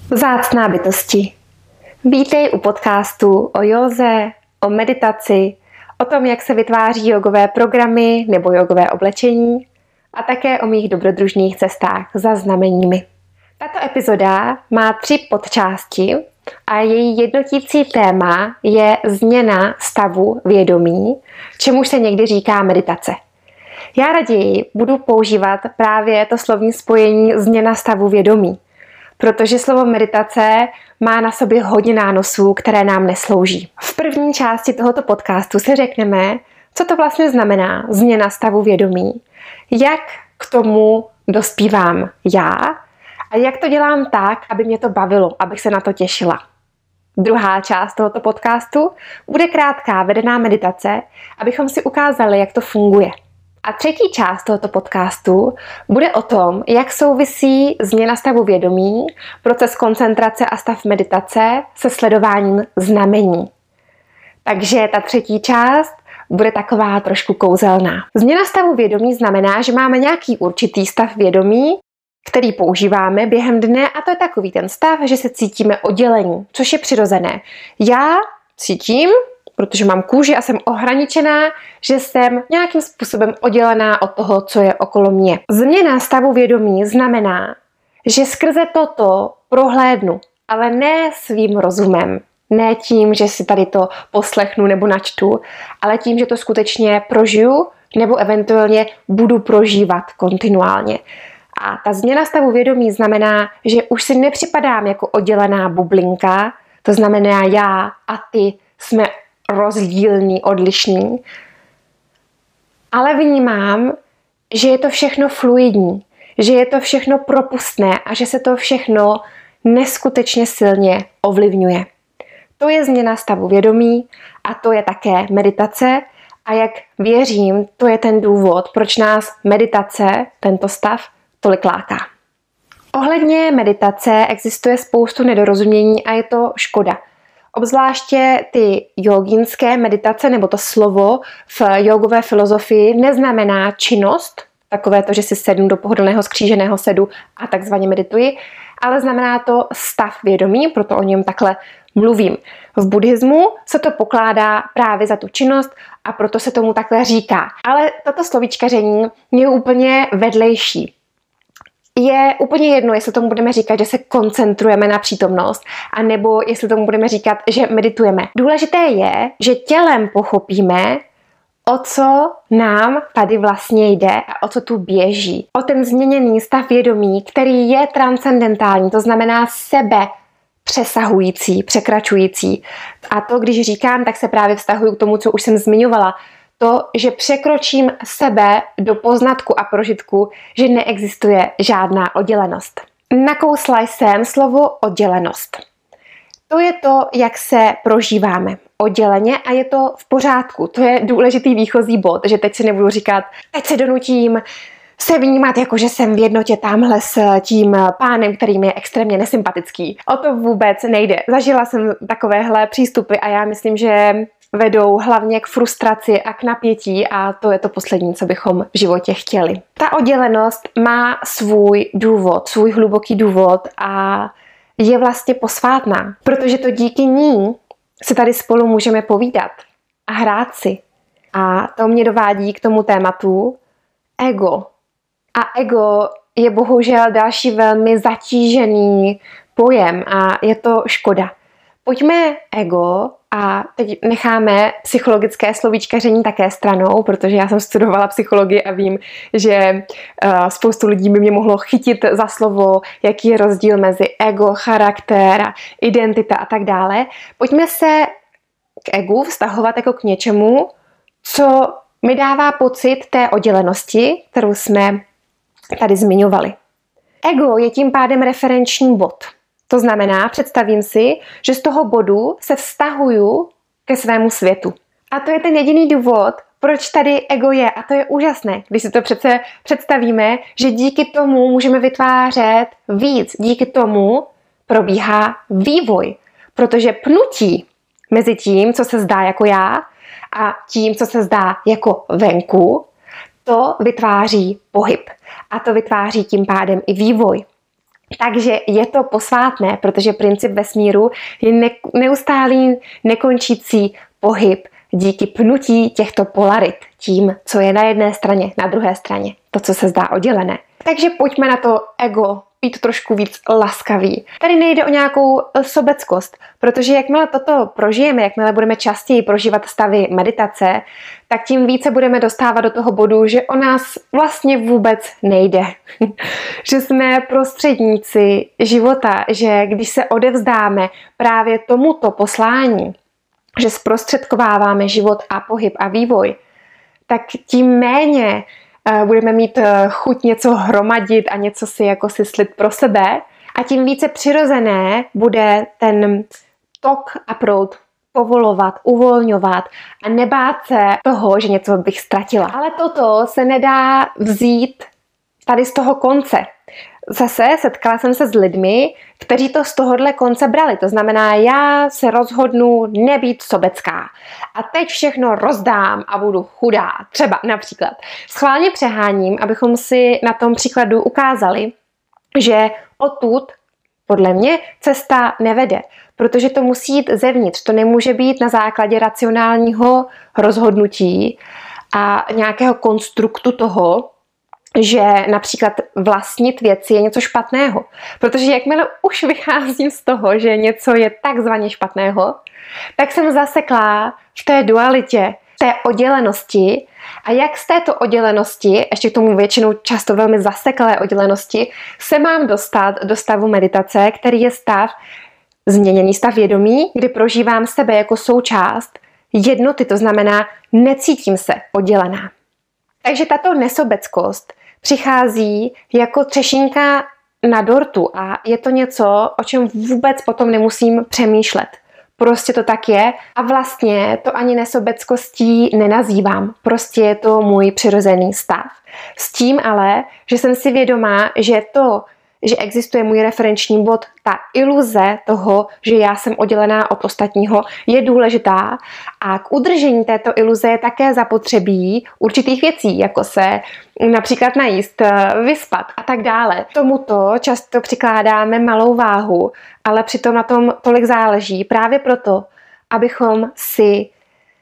Vzácná bytosti. Vítej u podcastu o józe, o meditaci, o tom, jak se vytváří jogové programy nebo jogové oblečení a také o mých dobrodružných cestách za znameními. Tato epizoda má 3 podčásti a její jednotící téma je změna stavu vědomí, čemuž se někdy říká meditace. Já raději budu používat právě to slovní spojení změna stavu vědomí, protože slovo meditace má na sobě hodně nánosů, které nám neslouží. V první části tohoto podcastu si řekneme, co to vlastně znamená změna stavu vědomí, jak k tomu dospívám já a jak to dělám tak, aby mě to bavilo, abych se na to těšila. Druhá část tohoto podcastu bude krátká vedená meditace, abychom si ukázali, jak to funguje. A třetí část tohoto podcastu bude o tom, jak souvisí změna stavu vědomí, proces koncentrace a stav meditace se sledováním znamení. Takže ta třetí část bude taková trošku kouzelná. Změna stavu vědomí znamená, že máme nějaký určitý stav vědomí, který používáme během dne, a to je takový ten stav, že se cítíme oddělení, což je přirozené. Já cítím, protože mám kůži a jsem ohraničená, že jsem nějakým způsobem oddělená od toho, co je okolo mě. Změna stavu vědomí znamená, že skrze toto prohlédnu, ale ne svým rozumem, ne tím, že si tady to poslechnu nebo načtu, ale tím, že to skutečně prožiju nebo eventuálně budu prožívat kontinuálně. A ta změna stavu vědomí znamená, že už si nepřipadám jako oddělená bublinka, to znamená já a ty jsme rozdílný, odlišný, ale vnímám, že je to všechno fluidní, že je to všechno propustné a že se to všechno neskutečně silně ovlivňuje. To je změna stavu vědomí a to je také meditace a jak věřím, to je ten důvod, proč nás meditace, tento stav, tolik láká. Ohledně meditace existuje spoustu nedorozumění a je to škoda. Obzvláště ty jogínské meditace nebo to slovo v jogové filozofii neznamená činnost, takové to, že si sednu do pohodlného skříženého sedu a takzvaně medituji, ale znamená to stav vědomí, proto o něm takhle mluvím. V buddhismu se to pokládá právě za tu činnost a proto se tomu takhle říká. Ale toto slovíčkaření je úplně vedlejší. Je úplně jedno, jestli tomu budeme říkat, že se koncentrujeme na přítomnost, anebo jestli tomu budeme říkat, že meditujeme. Důležité je, že tělem pochopíme, o co nám tady vlastně jde a o co tu běží. O ten změněný stav vědomí, který je transcendentální, to znamená sebe přesahující, překračující. A to, když říkám, tak se právě vztahuji k tomu, co už jsem zmiňovala. To, že překročím sebe do poznatku a prožitku, že neexistuje žádná oddělenost. Nakousla jsem slovo oddělenost. To je to, jak se prožíváme odděleně a je to v pořádku. To je důležitý výchozí bod, že teď si nebudu říkat, teď se donutím se vnímat jako, že jsem v jednotě tamhle s tím pánem, který mi je extrémně nesympatický. O to vůbec nejde. Zažila jsem takovéhle přístupy a já myslím, že vedou hlavně k frustraci a k napětí a to je to poslední, co bychom v životě chtěli. Ta oddělenost má svůj důvod, svůj hluboký důvod a je vlastně posvátná, protože to díky ní se tady spolu můžeme povídat a hrát si. A to mě dovádí k tomu tématu ego. A ego je bohužel další velmi zatížený pojem a je to škoda. Pojďme ego a teď necháme psychologické slovíčkaření také stranou, protože já jsem studovala psychologii a vím, že spoustu lidí by mě mohlo chytit za slovo, jaký je rozdíl mezi ego, charakter, identita a tak dále. Pojďme se k egu vztahovat jako k něčemu, co mi dává pocit té oddělenosti, kterou jsme tady zmiňovali. Ego je tím pádem referenční bod. To znamená, představím si, že z toho bodu se vztahuju ke svému světu. A to je ten jediný důvod, proč tady ego je. A to je úžasné, když si to přece představíme, že díky tomu můžeme vytvářet víc. Díky tomu probíhá vývoj. Protože pnutí mezi tím, co se zdá jako já, a tím, co se zdá jako venku, to vytváří pohyb. A to vytváří tím pádem i vývoj. Takže je to posvátné, protože princip vesmíru je neustálý, nekončící pohyb díky pnutí těchto polarit tím, co je na jedné straně, na druhé straně, to, co se zdá oddělené. Takže pojďme na to ego být trošku víc laskavý. Tady nejde o nějakou sobeckost, protože jakmile toto prožijeme, jakmile budeme častěji prožívat stavy meditace, tak tím více budeme dostávat do toho bodu, že o nás vlastně vůbec nejde. Že jsme prostředníci života, že když se odevzdáme právě tomuto poslání, že zprostředkováváme život a pohyb a vývoj, tak tím méně budeme mít chuť něco hromadit a něco si jako syslit pro sebe a tím více přirozené bude ten tok a proud povolovat, uvolňovat a nebát se toho, že něco bych ztratila. Ale toto se nedá vzít tady z toho konce. Zase setkala jsem se s lidmi, kteří to z tohohle konce brali. To znamená, já se rozhodnu nebýt sobecká. A teď všechno rozdám a budu chudá. Třeba například. Schválně přeháním, abychom si na tom příkladu ukázali, že odtud, podle mě, cesta nevede. Protože to musí jít zevnitř. To nemůže být na základě racionálního rozhodnutí a nějakého konstruktu toho, že například vlastnit věci je něco špatného. Protože jakmile už vycházím z toho, že něco je takzvaně špatného, tak jsem zaseklá v té dualitě, v té oddělenosti. A jak z této oddělenosti, ještě k tomu většinou často velmi zaseklé oddělenosti, se mám dostat do stavu meditace, který je stav, změněný stav vědomí, kdy prožívám sebe jako součást jednoty, to znamená, necítím se oddělená. Takže tato nesobeckost přichází jako třešinka na dortu a je to něco, o čem vůbec potom nemusím přemýšlet. Prostě to tak je a vlastně to ani nesobeckostí nenazývám. Prostě je to můj přirozený stav. S tím ale, že jsem si vědomá, že to, že existuje můj referenční bod, ta iluze toho, že já jsem oddělená od ostatního, je důležitá a k udržení této iluze je také zapotřebí určitých věcí, jako se například najíst, vyspat a tak dále. Tomuto často přikládáme malou váhu, ale přitom na tom tolik záleží právě proto, abychom si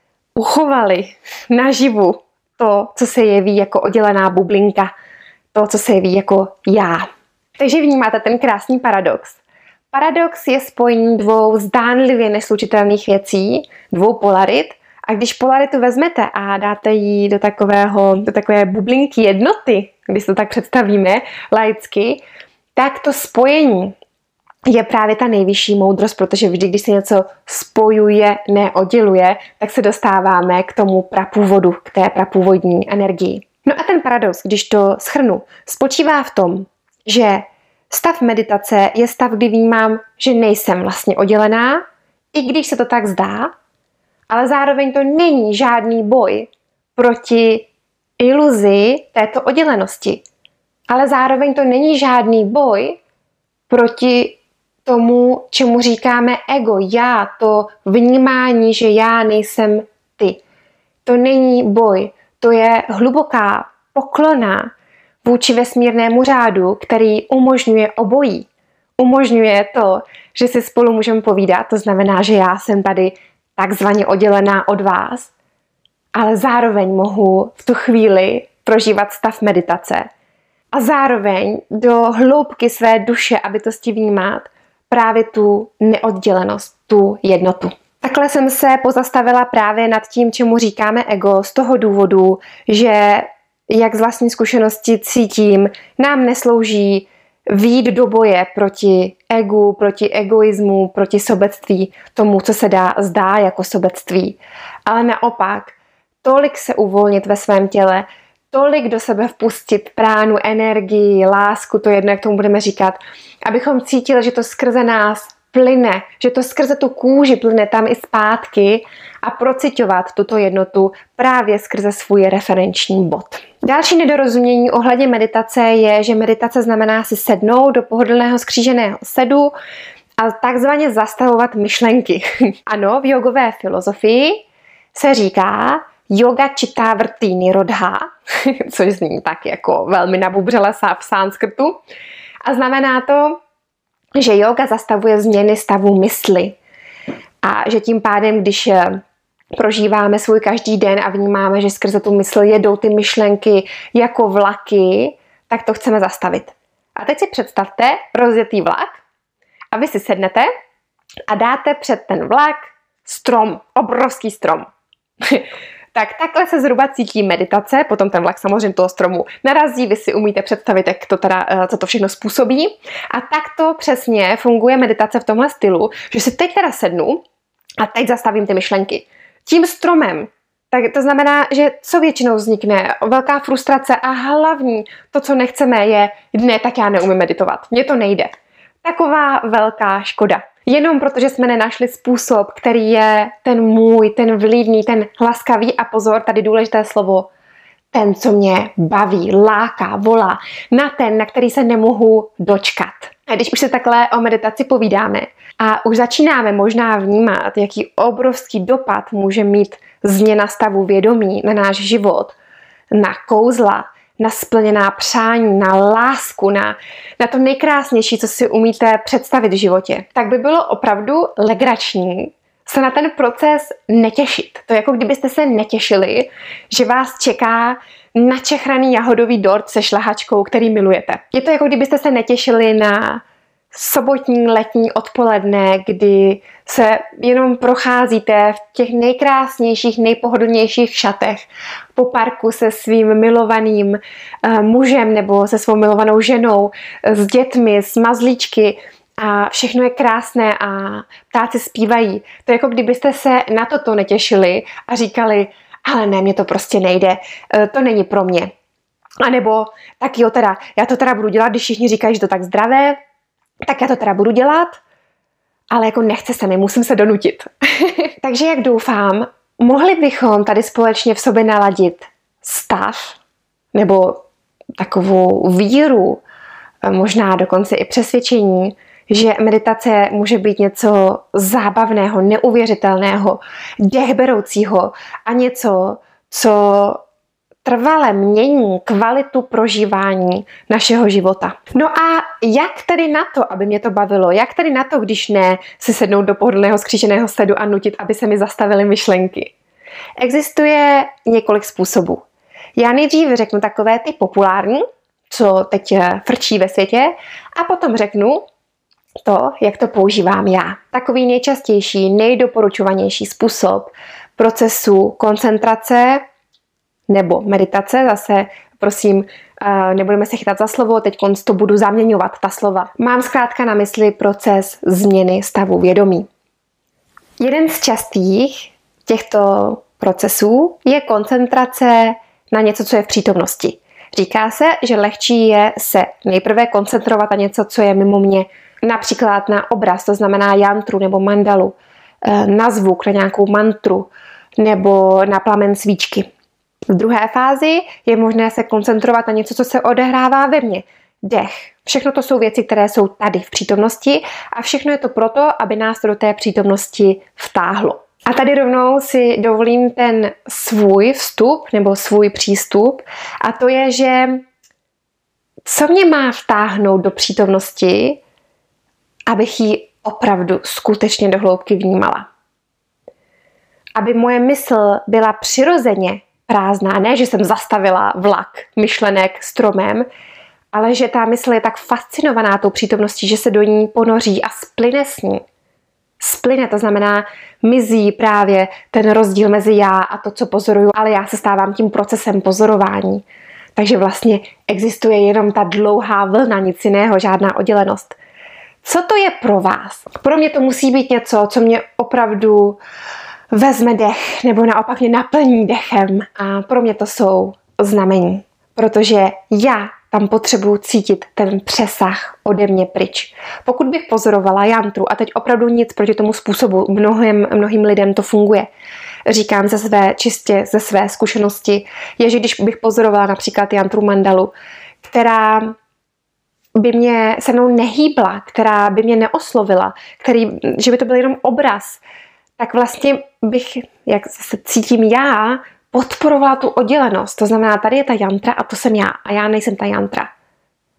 uchovali naživu to, co se jeví jako oddělená bublinka, to, co se jeví jako já. Takže vnímáte ten krásný paradox. Paradox je spojení dvou zdánlivě neslučitelných věcí, dvou polarit, a když polaritu vezmete a dáte ji do takové bublinky jednoty, když to tak představíme laicky, tak to spojení je právě ta nejvyšší moudrost, protože vždy, když se něco spojuje, neodděluje, tak se dostáváme k tomu prapůvodu, k té prapůvodní energii. No a ten paradox, když to shrnu, spočívá v tom, že stav meditace je stav, kdy vnímám, že nejsem vlastně oddělená, i když se to tak zdá, ale zároveň to není žádný boj proti iluzi této oddělenosti. Ale zároveň to není žádný boj proti tomu, čemu říkáme ego, já, to vnímání, že já nejsem ty. To není boj, to je hluboká poklona vůči vesmírnému řádu, který umožňuje obojí. Umožňuje to, že si spolu můžeme povídat, to znamená, že já jsem tady takzvaně oddělená od vás, ale zároveň mohu v tu chvíli prožívat stav meditace a zároveň do hloubky své duše a bytosti vnímat právě tu neoddělenost, tu jednotu. Takhle jsem se pozastavila právě nad tím, čemu říkáme ego, z toho důvodu, že jak z vlastní zkušenosti cítím, nám neslouží vyjít do boje proti egu, proti egoismu, proti sobectví, tomu, co se zdá jako sobectví. Ale naopak, tolik se uvolnit ve svém těle, tolik do sebe vpustit pránu, energii, lásku, to jedno, jak tomu budeme říkat, abychom cítili, že to skrze nás plyne, že to skrze tu kůži plyne tam i zpátky a procitovat tuto jednotu právě skrze svůj referenční bod. Další nedorozumění ohledně meditace je, že meditace znamená si sednout do pohodlného skříženého sedu a takzvaně zastavovat myšlenky. Ano, v jogové filozofii se říká yoga chitta vritti nirodha, což zní tak jako velmi nabubřele v sanskrtu. A znamená to, že jóga zastavuje změny stavu mysli. A že tím pádem, když prožíváme svůj každý den a vnímáme, že skrze tu mysl jedou ty myšlenky jako vlaky, tak to chceme zastavit. A teď si představte rozjetý vlak a vy si sednete a dáte před ten vlak strom, obrovský strom. Tak takhle se zhruba cítí meditace, potom ten vlak samozřejmě toho stromu narazí, vy si umíte představit, jak to teda, co to všechno způsobí. A takto přesně funguje meditace v tomhle stylu, že si teď teda sednu a teď zastavím ty myšlenky. Tím stromem. Tak to znamená, že co většinou vznikne? Velká frustrace a hlavní, to, co nechceme, je ne, tak já neumím meditovat. Mně to nejde. Taková velká škoda. Jenom protože jsme nenašli způsob, který je ten můj, ten vlídný, ten laskavý a pozor, tady důležité slovo, ten, co mě baví, láká, volá, na ten, na který se nemohu dočkat. A když už se takhle o meditaci povídáme a už začínáme možná vnímat, jaký obrovský dopad může mít změna stavu vědomí na náš život, na kouzla, na splněná přání, na lásku, na to nejkrásnější, co si umíte představit v životě, tak by bylo opravdu legrační se na ten proces netěšit. To je jako kdybyste se netěšili, že vás čeká načechraný jahodový dort se šlahačkou, který milujete. Je to jako kdybyste se netěšili na sobotní letní odpoledne, kdy se jenom procházíte v těch nejkrásnějších, nejpohodlnějších šatech po parku se svým milovaným mužem nebo se svou milovanou ženou, s dětmi, s mazlíčky a všechno je krásné a ptáci zpívají. To je jako kdybyste se na toto netěšili a říkali, ale ne, mně to prostě nejde, to není pro mě. A nebo tak jo teda, já to teda budu dělat, když všichni říkají, že to tak zdravé, tak já to teda budu dělat, ale jako nechce se mi, musím se donutit. Takže jak doufám, mohli bychom tady společně v sobě naladit stav nebo takovou víru, možná dokonce i přesvědčení, že meditace může být něco zábavného, neuvěřitelného, dechberoucího a něco, co trvale mění kvalitu prožívání našeho života. No a jak tedy na to, aby mě to bavilo? Jak tedy na to, když ne si sednout do pohodlného skříženého sedu a nutit, aby se mi zastavily myšlenky? Existuje několik způsobů. Já nejdřív řeknu takové ty populární, co teď frčí ve světě, a potom řeknu to, jak to používám já. Takový nejčastější, nejdoporučovanější způsob procesu koncentrace nebo meditace, zase prosím, nebudeme se chytat za slovo, teď to budu zaměňovat, ta slova. Mám zkrátka na mysli proces změny stavu vědomí. Jeden z častých těchto procesů je koncentrace na něco, co je v přítomnosti. Říká se, že lehčí je se nejprve koncentrovat na něco, co je mimo mě, například na obraz, to znamená jantru nebo mandalu, na zvuk, na nějakou mantru nebo na plamen svíčky. V druhé fázi je možné se koncentrovat na něco, co se odehrává ve mně. Dech. Všechno to jsou věci, které jsou tady v přítomnosti a všechno je to proto, aby nás to do té přítomnosti vtáhlo. A tady rovnou si dovolím ten svůj vstup nebo svůj přístup a to je, že co mě má vtáhnout do přítomnosti, abych ji opravdu skutečně do hloubky vnímala. Aby moje mysl byla přirozeně prázdná, ne, že jsem zastavila vlak myšlenek stromem, ale že ta mysl je tak fascinovaná tou přítomností, že se do ní ponoří a splyne s ní. Splyne, to znamená, mizí právě ten rozdíl mezi já a to, co pozoruju, ale já se stávám tím procesem pozorování. Takže vlastně existuje jenom ta dlouhá vlna, nic jiného, žádná oddělenost. Co to je pro vás? Pro mě to musí být něco, co mě opravdu vezme dech, nebo naopak mě naplní dechem. A pro mě to jsou znamení, protože já tam potřebuji cítit ten přesah ode mě pryč. Pokud bych pozorovala jantru, a teď opravdu nic proti tomu způsobu, mnohým lidem to funguje, říkám čistě ze své zkušenosti, je, že když bych pozorovala například jantru mandalu, která by mě se mnou nehýbla, která by mě neoslovila, že by to byl jenom obraz, tak vlastně bych, jak se cítím já, podporovala tu oddělenost. To znamená, tady je ta jantra a to jsem já a já nejsem ta jantra.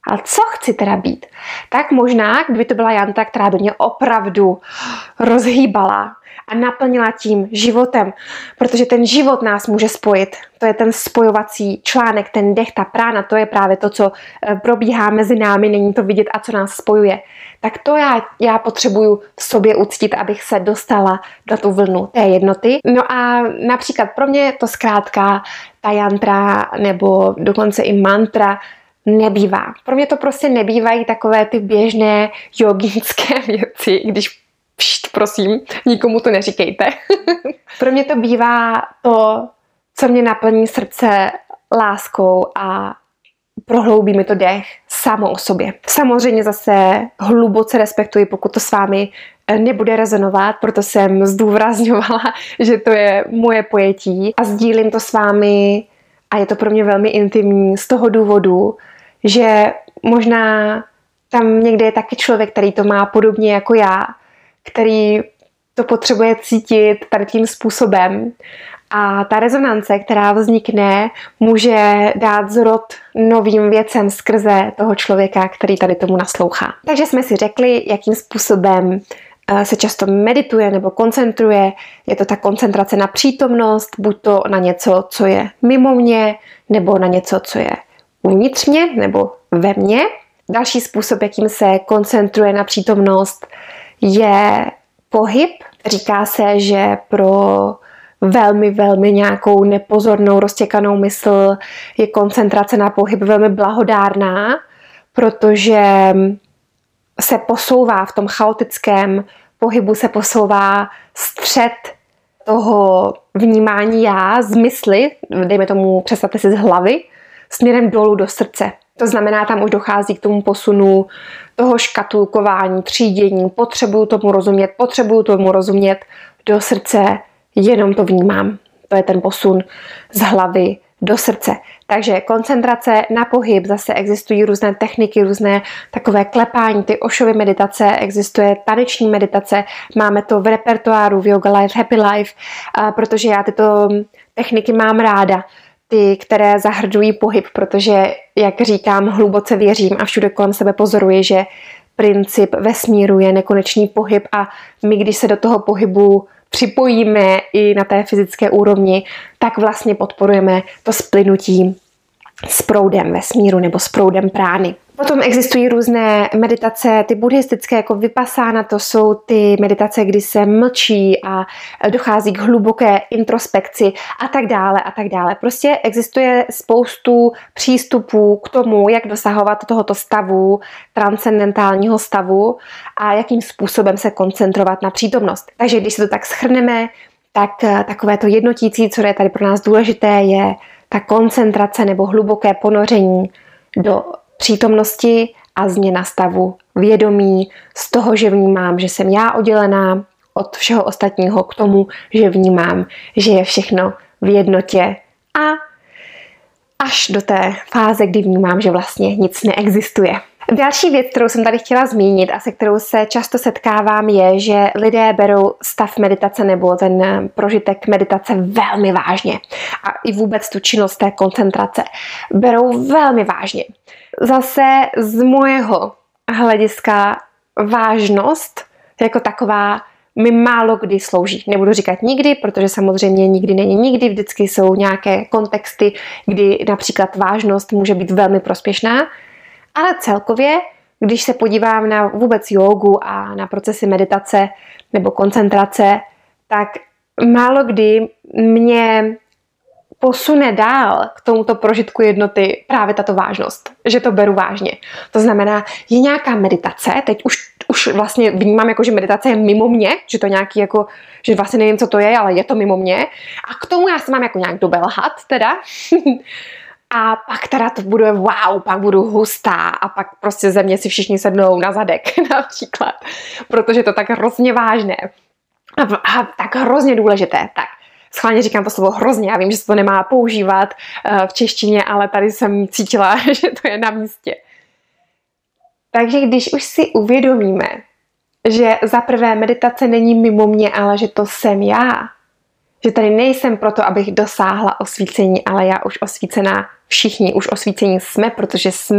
Ale co chci teda být? Tak možná, kdyby to byla jantra, která do mě opravdu rozhýbala a naplnila tím životem, protože ten život nás může spojit. To je ten spojovací článek, ten dech, ta prána, to je právě to, co probíhá mezi námi, není to vidět a co nás spojuje. Tak to já potřebuju v sobě uctít, abych se dostala na tu vlnu té jednoty. No a například pro mě to zkrátka ta jantra nebo dokonce i mantra nebývá. Pro mě to prostě nebývají takové ty běžné jogické věci, když prosím, nikomu to neříkejte. Pro mě to bývá to, co mě naplní srdce láskou a prohloubí mi to dech samo o sobě. Samozřejmě zase hluboce respektuji, pokud to s vámi nebude rezonovat, proto jsem zdůrazňovala, že to je moje pojetí a sdílím to s vámi a je to pro mě velmi intimní z toho důvodu, že možná tam někde je taky člověk, který to má podobně jako já, který to potřebuje cítit tady tím způsobem. A ta rezonance, která vznikne, může dát zrod novým věcem skrze toho člověka, který tady tomu naslouchá. Takže jsme si řekli, jakým způsobem se často medituje nebo koncentruje. Je to ta koncentrace na přítomnost, buď to na něco, co je mimo mě, nebo na něco, co je uvnitř mě, nebo ve mně. Další způsob, jakým se koncentruje na přítomnost, je pohyb. Říká se, že pro velmi nějakou nepozornou, roztěkanou mysl je koncentrace na pohyb velmi blahodárná, protože se posouvá v tom chaotickém pohybu, se posouvá střed toho vnímání já z mysli, dejme tomu, představte si z hlavy, směrem dolů do srdce. To znamená, tam už dochází k tomu posunu toho škatulkování, třídění, potřebuju tomu rozumět, do srdce jenom to vnímám. To je ten posun z hlavy do srdce. Takže koncentrace na pohyb, zase existují různé techniky, různé takové klepání, ty Oshovy meditace, existuje taneční meditace, máme to v repertoáru v Yoga Life, Happy Life, protože já tyto techniky mám ráda. Ty, které zahrnují pohyb, protože, jak říkám, hluboce věřím a všude kolem sebe pozoruji, že princip vesmíru je nekonečný pohyb a my, když se do toho pohybu připojíme i na té fyzické úrovni, tak vlastně podporujeme to splynutí s proudem vesmíru nebo s proudem prány. Potom existují různé meditace, ty buddhistické, jako Vipassana, to jsou ty meditace, kdy se mlčí a dochází k hluboké introspekci a tak dále a tak dále. Prostě existuje spoustu přístupů k tomu, jak dosahovat tohoto stavu, transcendentálního stavu a jakým způsobem se koncentrovat na přítomnost. Takže když se to tak shrneme, tak takové to jednotící, co je tady pro nás důležité, je ta koncentrace nebo hluboké ponoření do přítomnosti a změna stavu vědomí z toho, že vnímám, že jsem já oddělená od všeho ostatního, k tomu, že vnímám, že je všechno v jednotě a až do té fáze, kdy vnímám, že vlastně nic neexistuje. Další věc, kterou jsem tady chtěla zmínit a se kterou se často setkávám, je, že lidé berou stav meditace nebo ten prožitek meditace velmi vážně. A i vůbec tu činnost té koncentrace berou velmi vážně. Zase z mojeho hlediska vážnost jako taková mi málo kdy slouží. Nebudu říkat nikdy, protože samozřejmě nikdy není nikdy, vždycky jsou nějaké kontexty, kdy například vážnost může být velmi prospěšná, ale celkově, když se podívám na vůbec jógu a na procesy meditace nebo koncentrace, tak málo kdy mě posune dál k tomuto prožitku jednoty právě tato vážnost, že to beru vážně. To znamená, je nějaká meditace, teď už vlastně vnímám, jako, že meditace je mimo mě, že to nějaký jako, že vlastně nevím, co to je, ale je to mimo mě a k tomu já se mám jako nějak dobelhat teda. A pak teda to bude wow, pak budu hustá a pak prostě ze mě si všichni sednou na zadek například, protože to tak hrozně vážné a tak hrozně důležité. Tak schválně říkám to slovo hrozně, já vím, že se to nemá používat v češtině, ale tady jsem cítila, že to je na místě. Takže když už si uvědomíme, že za prvé meditace není mimo mě, ale že to jsem já, že tady nejsem proto, abych dosáhla osvícení, ale já už osvícená, všichni už osvícení jsme, protože jsme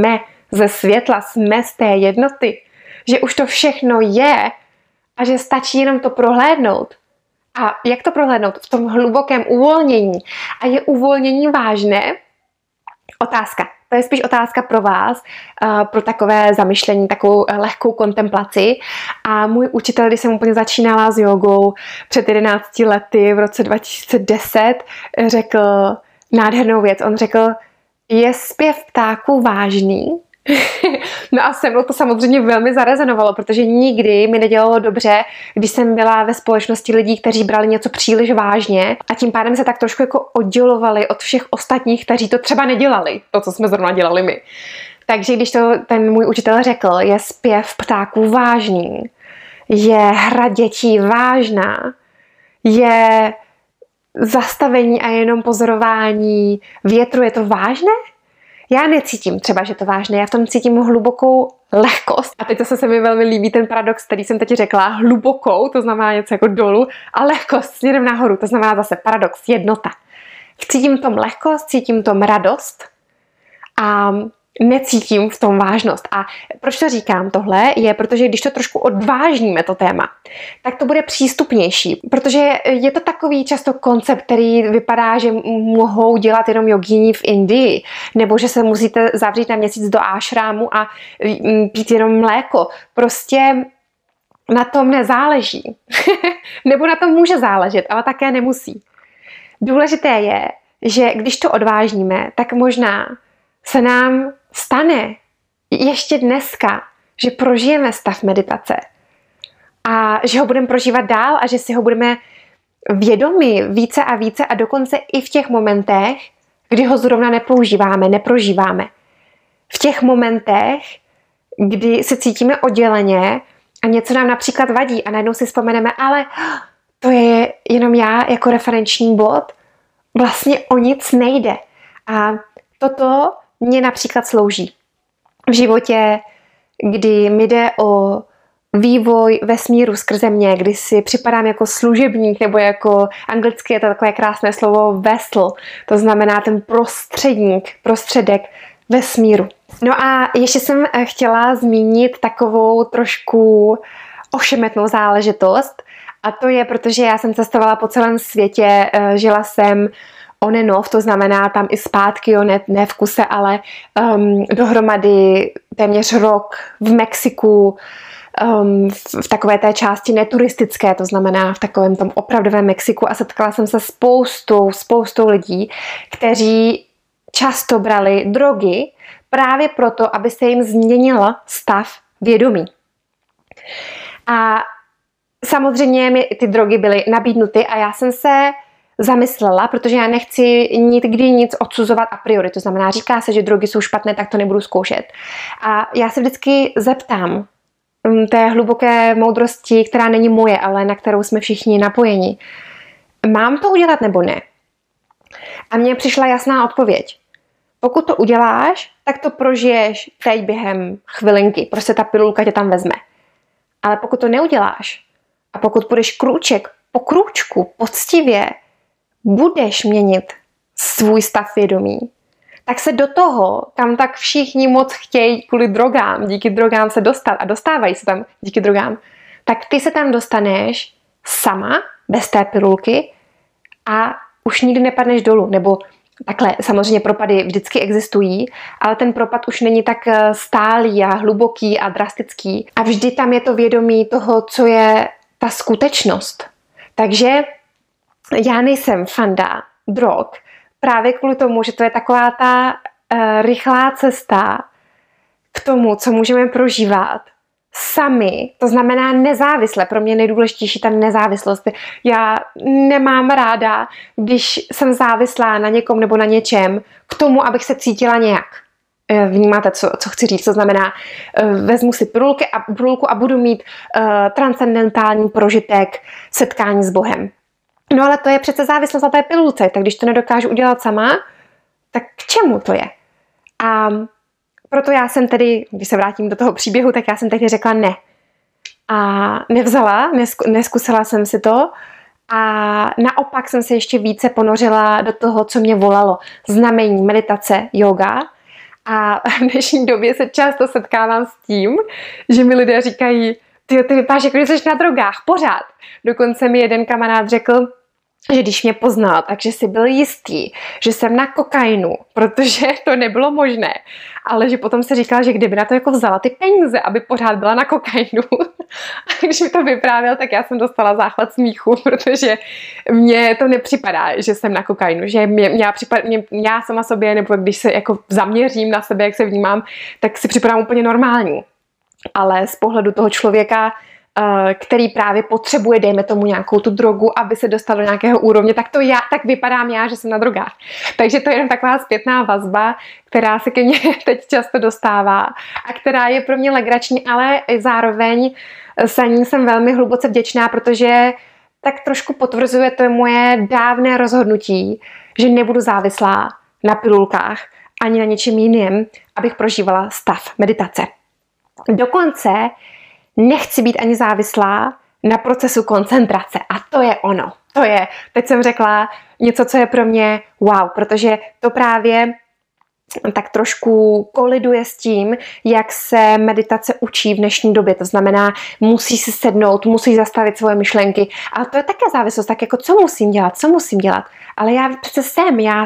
ze světla, jsme z té jednoty, že už to všechno je a že stačí jenom to prohlédnout. A jak to prohlédnout? V tom hlubokém uvolnění. A je uvolnění vážné? Otázka. To je spíš otázka pro vás, pro takové zamyšlení, takovou lehkou kontemplaci. A můj učitel, když jsem úplně začínala s jogou před 11 lety v roce 2010, řekl nádhernou věc. On řekl, je zpěv ptáků vážný? No a se mnou to samozřejmě velmi zarezonovalo, protože nikdy mi nedělalo dobře, když jsem byla ve společnosti lidí, kteří brali něco příliš vážně a tím pádem se tak trošku jako oddělovali od všech ostatních, kteří to třeba nedělali, to, co jsme zrovna dělali my. Takže když to ten můj učitel řekl, je zpěv ptáků vážný, je hra dětí vážná, je zastavení a jenom pozorování větru, je to vážné? Já necítím třeba, že to vážné, já v tom cítím hlubokou lehkost. A teď zase se mi velmi líbí ten paradox, který jsem teď řekla, hlubokou, to znamená něco jako dolů, a lehkost směrem nahoru, to znamená zase paradox, jednota. Cítím v tom lehkost, cítím v tom radost a necítím v tom vážnost. A proč to říkám tohle? Je, protože když to trošku odvážníme to téma, tak to bude přístupnější. Protože je to takový často koncept, který vypadá, že mohou dělat jenom jogíni v Indii, nebo že se musíte zavřít na měsíc do ášrámu a pít jenom mléko. Prostě na tom nezáleží. Nebo na tom může záležet, ale také nemusí. Důležité je, že když to odvážníme, tak možná se nám stane ještě dneska, že prožijeme stav meditace a že ho budeme prožívat dál a že si ho budeme vědomi více a více a dokonce i v těch momentech, kdy ho zrovna neprožíváme. V těch momentech, kdy se cítíme odděleně a něco nám například vadí a najednou si vzpomeneme, ale to je jenom já jako referenční bod, vlastně o nic nejde. A toto mě například slouží v životě, kdy mi jde o vývoj vesmíru skrze mě, kdy si připadám jako služebník, nebo jako anglicky je to takové krásné slovo vessel, to znamená ten prostředek vesmíru. No a ještě jsem chtěla zmínit takovou trošku ošemetnou záležitost, a to je, protože já jsem cestovala po celém světě, žila jsem on and off, to znamená tam i zpátky, ne v kuse, ale dohromady téměř rok v Mexiku, v takové té části neturistické, to znamená v takovém tom opravdovém Mexiku, a setkala jsem se spoustou lidí, kteří často brali drogy právě proto, aby se jim změnil stav vědomí. A samozřejmě mi ty drogy byly nabídnuty a já jsem se zamyslela, protože já nechci nikdy nic odsuzovat a priori. To znamená, říká se, že drogy jsou špatné, tak to nebudu zkoušet. A já se vždycky zeptám té hluboké moudrosti, která není moje, ale na kterou jsme všichni napojeni. Mám to udělat nebo ne? A mně přišla jasná odpověď. Pokud to uděláš, tak to prožiješ teď během chvilinky. Prostě ta pilulka tě tam vezme. Ale pokud to neuděláš a pokud půjdeš krůček po krůčku, poctivě, budeš měnit svůj stav vědomí, tak se do toho, kam tak všichni moc chtějí kvůli drogám, díky drogám se dostat a dostávají se tam díky drogám, tak ty se tam dostaneš sama, bez té pilulky a už nikdy nepadneš dolů. Nebo takhle, samozřejmě propady vždycky existují, ale ten propad už není tak stálý a hluboký a drastický. A vždy tam je to vědomí toho, co je ta skutečnost. Takže já nejsem fanda drog, právě kvůli tomu, že to je taková ta rychlá cesta k tomu, co můžeme prožívat sami, to znamená nezávisle. Pro mě je nejdůležitější ta nezávislost. Já nemám ráda, když jsem závislá na někom nebo na něčem k tomu, abych se cítila nějak. Vnímáte, co chci říct? To znamená, vezmu si pilulku a budu mít transcendentální prožitek setkání s Bohem. No ale to je přece závislost na té pilulce, tak když to nedokážu udělat sama, tak k čemu to je? A proto já jsem tedy, když se vrátím do toho příběhu, tak já jsem tehdy řekla ne. A nevzala, neskusila jsem si to a naopak jsem se ještě více ponořila do toho, co mě volalo. Znamení, meditace, yoga. A v dnešní době se často setkávám s tím, že mi lidé říkají, ty vypadáš jako, že jsi na drogách, pořád. Dokonce mi jeden kamarád řekl, že když mě poznal, takže si byl jistý, že jsem na kokainu, protože to nebylo možné. Ale že potom se říkal, že kdyby na to jako vzala ty peníze, aby pořád byla na kokainu. A když mi to vyprávěl, tak já jsem dostala záchvat smíchu, protože mně to nepřipadá, že jsem na kokainu. Že já sama sobě, nebo když se jako zaměřím na sebe, jak se vnímám, tak si připadám úplně normální. Ale z pohledu toho člověka, který právě potřebuje, dejme tomu, nějakou tu drogu, aby se dostal do nějakého úrovně, tak vypadám já, že jsem na drogách. Takže to je jenom taková zpětná vazba, která se ke mně teď často dostává a která je pro mě legrační, ale zároveň za ní jsem velmi hluboce vděčná, protože tak trošku potvrzuje to moje dávné rozhodnutí, že nebudu závislá na pilulkách ani na něčem jiném, abych prožívala stav meditace. Dokonce nechci být ani závislá na procesu koncentrace. A to je ono. Teď jsem řekla něco, co je pro mě wow, protože to právě tak trošku koliduje s tím, jak se meditace učí v dnešní době. To znamená, musí si sednout, musí zastavit svoje myšlenky. Ale to je také závislost, tak jako co musím dělat. Ale já přece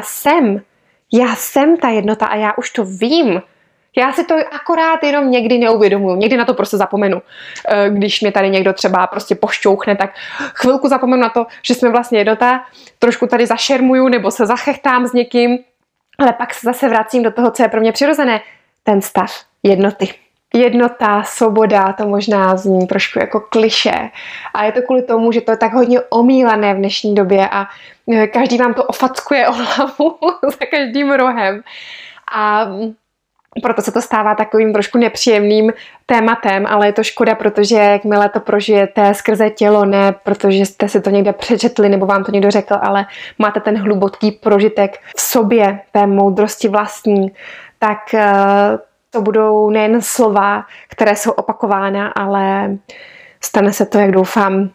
já jsem ta jednota a já už to vím. Já si to akorát jenom někdy neuvědomuji, někdy na to prostě zapomenu. Když mě tady někdo třeba prostě pošťouchne, tak chvilku zapomenu na to, že jsme vlastně jednota, trošku tady zašermuju nebo se zachechtám s někým, ale pak se zase vracím do toho, co je pro mě přirozené, ten stav jednoty. Jednota, svoboda, to možná zní trošku jako klišé. A je to kvůli tomu, že to je tak hodně omílané v dnešní době a každý vám to ofackuje o hlavu za každým rohem. A proto se to stává takovým trošku nepříjemným tématem, ale je to škoda, protože jakmile to prožijete skrze tělo, ne protože jste si to někde přečetli nebo vám to někdo řekl, ale máte ten hluboký prožitek v sobě, té moudrosti vlastní, tak to budou nejen slova, které jsou opakována, ale stane se to, jak doufám,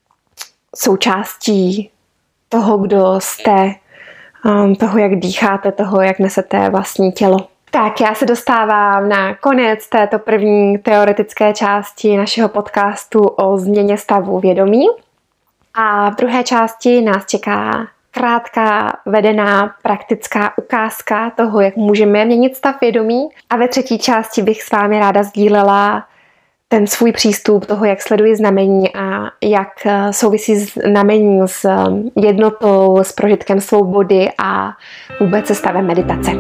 součástí toho, kdo jste, toho, jak dýcháte, toho, jak nesete vlastní tělo. Tak, já se dostávám na konec této první teoretické části našeho podcastu o změně stavu vědomí. A v druhé části nás čeká krátká, vedená, praktická ukázka toho, jak můžeme měnit stav vědomí. A ve třetí části bych s vámi ráda sdílela ten svůj přístup toho, jak sleduji znamení a jak souvisí znamení s jednotou, s prožitkem svobody a vůbec se stavem meditace.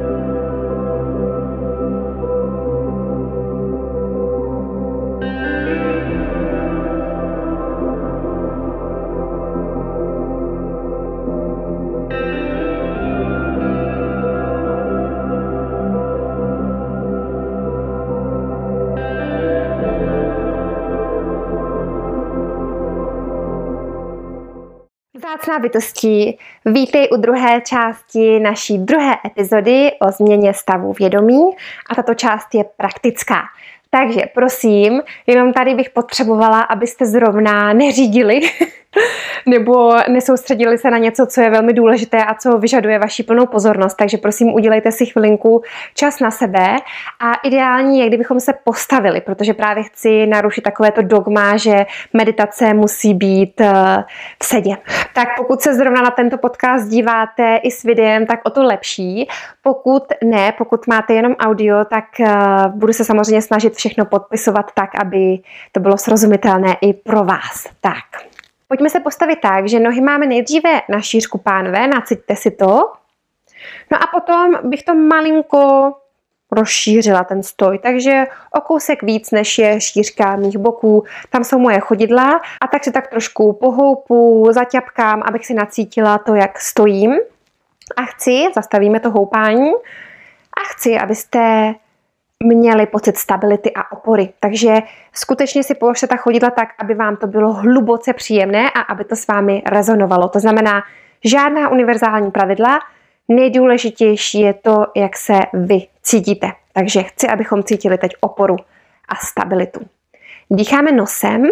Vzácná bytosti, vítej u druhé části naší druhé epizody o změně stavu vědomí a tato část je praktická. Takže prosím, jenom tady bych potřebovala, abyste zrovna neřídili nebo nesoustředili se na něco, co je velmi důležité a co vyžaduje vaši plnou pozornost. Takže prosím, udělejte si chvilinku čas na sebe a ideální je, kdybychom se postavili, protože právě chci narušit takovéto dogma, že meditace musí být v sedě. Tak pokud se zrovna na tento podcast díváte i s videem, tak o to lepší. Pokud máte jenom audio, tak budu se samozřejmě snažit všechno podpisovat tak, aby to bylo srozumitelné i pro vás. Tak. Pojďme se postavit tak, že nohy máme nejdříve na šířku, pánové, naciťte si to. No a potom bych to malinko rozšířila, ten stoj, takže o kousek víc, než je šířka mých boků. Tam jsou moje chodidla a tak si tak trošku pohoupu, zaťapkám, abych si nacítila to, jak stojím. A zastavíme to houpání a chci, abyste měli pocit stability a opory. Takže skutečně si položte ta chodidla tak, aby vám to bylo hluboce příjemné a aby to s vámi rezonovalo. To znamená, žádná univerzální pravidla, nejdůležitější je to, jak se vy cítíte. Takže chci, abychom cítili teď oporu a stabilitu. Dýcháme nosem.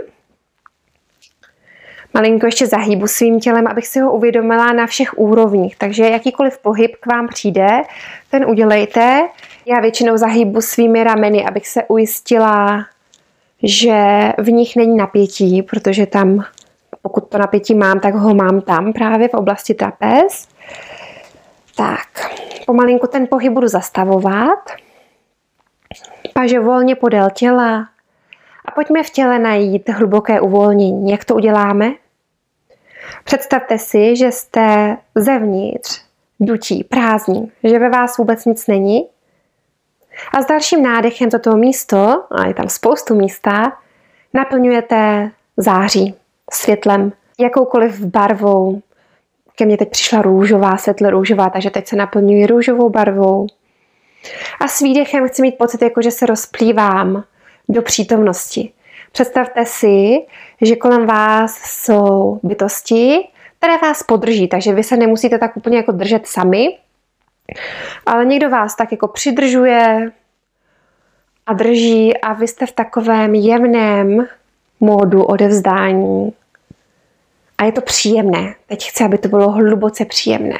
Malinko ještě zahýbu svým tělem, abych si ho uvědomila na všech úrovních. Takže jakýkoliv pohyb k vám přijde, ten udělejte. Já většinou zahýbu svými rameny, abych se ujistila, že v nich není napětí, protože tam, pokud to napětí mám, tak ho mám tam právě v oblasti trapez. Tak, pomalinku ten pohyb budu zastavovat. Paže volně podél těla. A pojďme v těle najít hluboké uvolnění. Jak to uděláme? Představte si, že jste zevnitř dutí, prázdní, že ve vás vůbec nic není. A s dalším nádechem toto místo, a je tam spoustu místa, naplňujete září, světlem, jakoukoliv barvou. Ke mně teď přišla růžová, světle růžová, takže teď se naplňuji růžovou barvou. A s výdechem chci mít pocit, jako že se rozplývám do přítomnosti. Představte si, že kolem vás jsou bytosti, které vás podrží, takže vy se nemusíte tak úplně jako držet sami, ale někdo vás tak jako přidržuje a drží a vy jste v takovém jemném módu odevzdání. A je to příjemné. Teď chci, aby to bylo hluboce příjemné.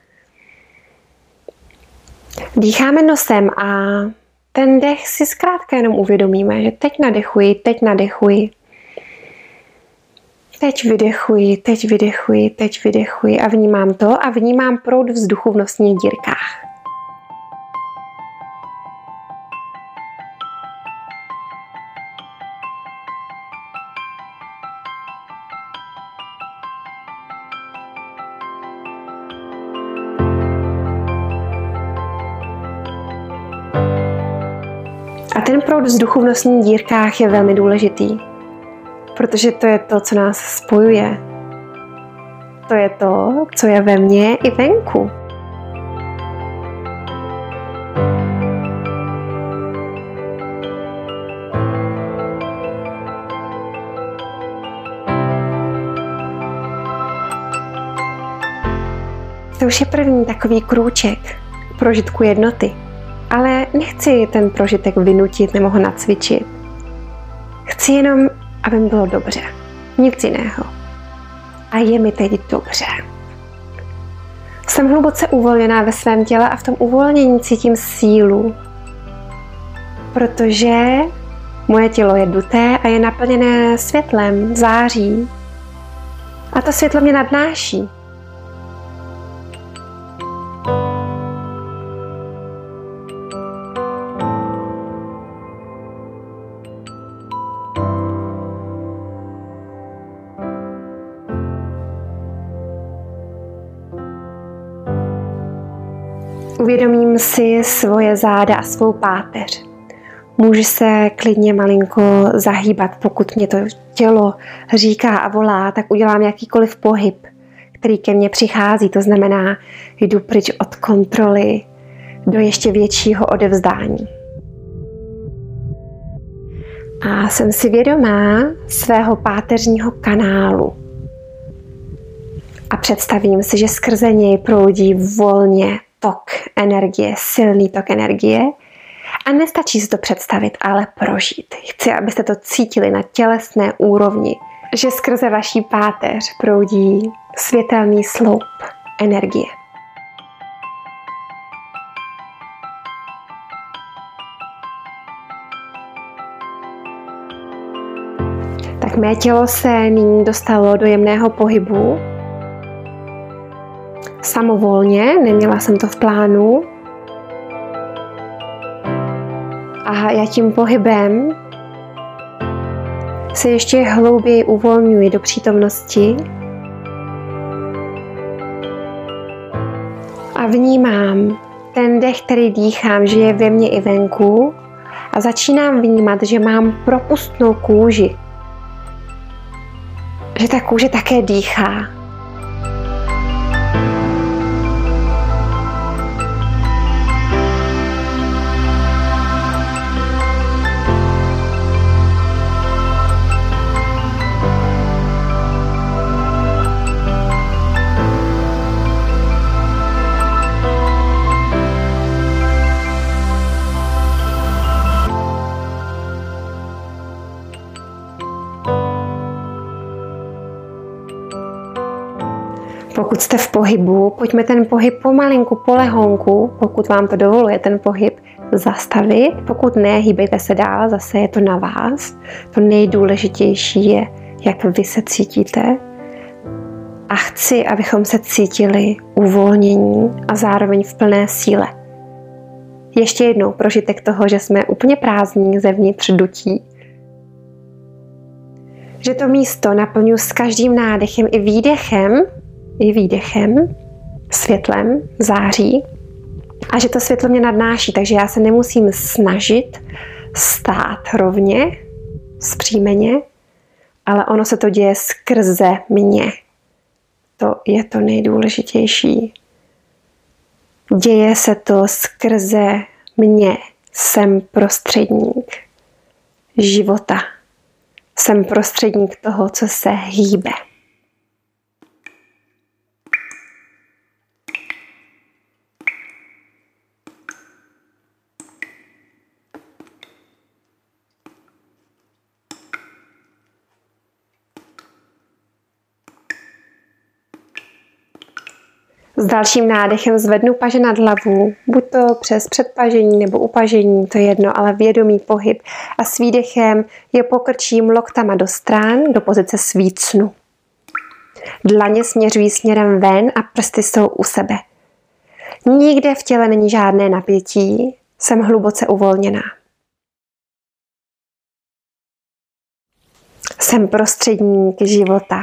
Dýcháme nosem a ten dech si zkrátka jenom uvědomíme, že teď nadechuji, teď nadechuji. Teď vydechuji, teď vydechuji, teď vydechuji a vnímám to a vnímám proud vzduchu v nosních dírkách. A ten proud vzduchu v nosních dírkách je velmi důležitý, protože to je to, co nás spojuje. To je to, co je ve mně i venku. To už je první takový krůček k prožitku jednoty. Ale nechci ten prožitek vynutit nebo ho nacvičit. Chci jenom, aby mi bylo dobře. Nic jiného. A je mi teď dobře. Jsem hluboce uvolněná ve svém těle a v tom uvolnění cítím sílu. Protože moje tělo je duté a je naplněné světlem, září. A to světlo mě nadnáší. Uvědomím si svoje záda a svou páteř. Můžu se klidně malinko zahýbat, pokud mě to tělo říká a volá, tak udělám jakýkoliv pohyb, který ke mně přichází. To znamená, jdu pryč od kontroly do ještě většího odevzdání. A jsem si vědomá svého páteřního kanálu. A představím si, že skrze něj proudí volně tok energie, silný tok energie. A nestačí si to představit, ale prožít. Chci, abyste to cítili na tělesné úrovni, že skrze vaší páteř proudí světelný sloup energie. Tak mé tělo se nyní dostalo do jemného pohybu. Samovolně, neměla jsem to v plánu. A já tím pohybem se ještě hlouběji uvolňuji do přítomnosti a vnímám ten dech, který dýchám, že je ve mně i venku a začínám vnímat, že mám propustnou kůži. Že ta kůže také dýchá. Pokud jste v pohybu, pojďme ten pohyb pomalinku, polehonku, pokud vám to dovoluje ten pohyb, zastavit. Pokud ne, hýbejte se dál, zase je to na vás. To nejdůležitější je, jak vy se cítíte. A chci, abychom se cítili uvolnění a zároveň v plné síle. Ještě jednou prožitek toho, že jsme úplně prázdní, zevnitř dutí. Že to místo naplňuji s každým nádechem i výdechem, světlem, září. A že to světlo mě nadnáší, takže já se nemusím snažit stát rovně, vzpřímeně, ale ono se to děje skrze mě. To je to nejdůležitější. Děje se to skrze mě. Jsem prostředník života. Jsem prostředník toho, co se hýbe. S dalším nádechem zvednu paže nad hlavu, buď to přes předpažení nebo upažení, to je jedno, ale vědomý pohyb. A s výdechem je pokrčím loktama do stran, do pozice svícnu. Dlaně směřují směrem ven a prsty jsou u sebe. Nikde v těle není žádné napětí, jsem hluboce uvolněná. Jsem prostředník života.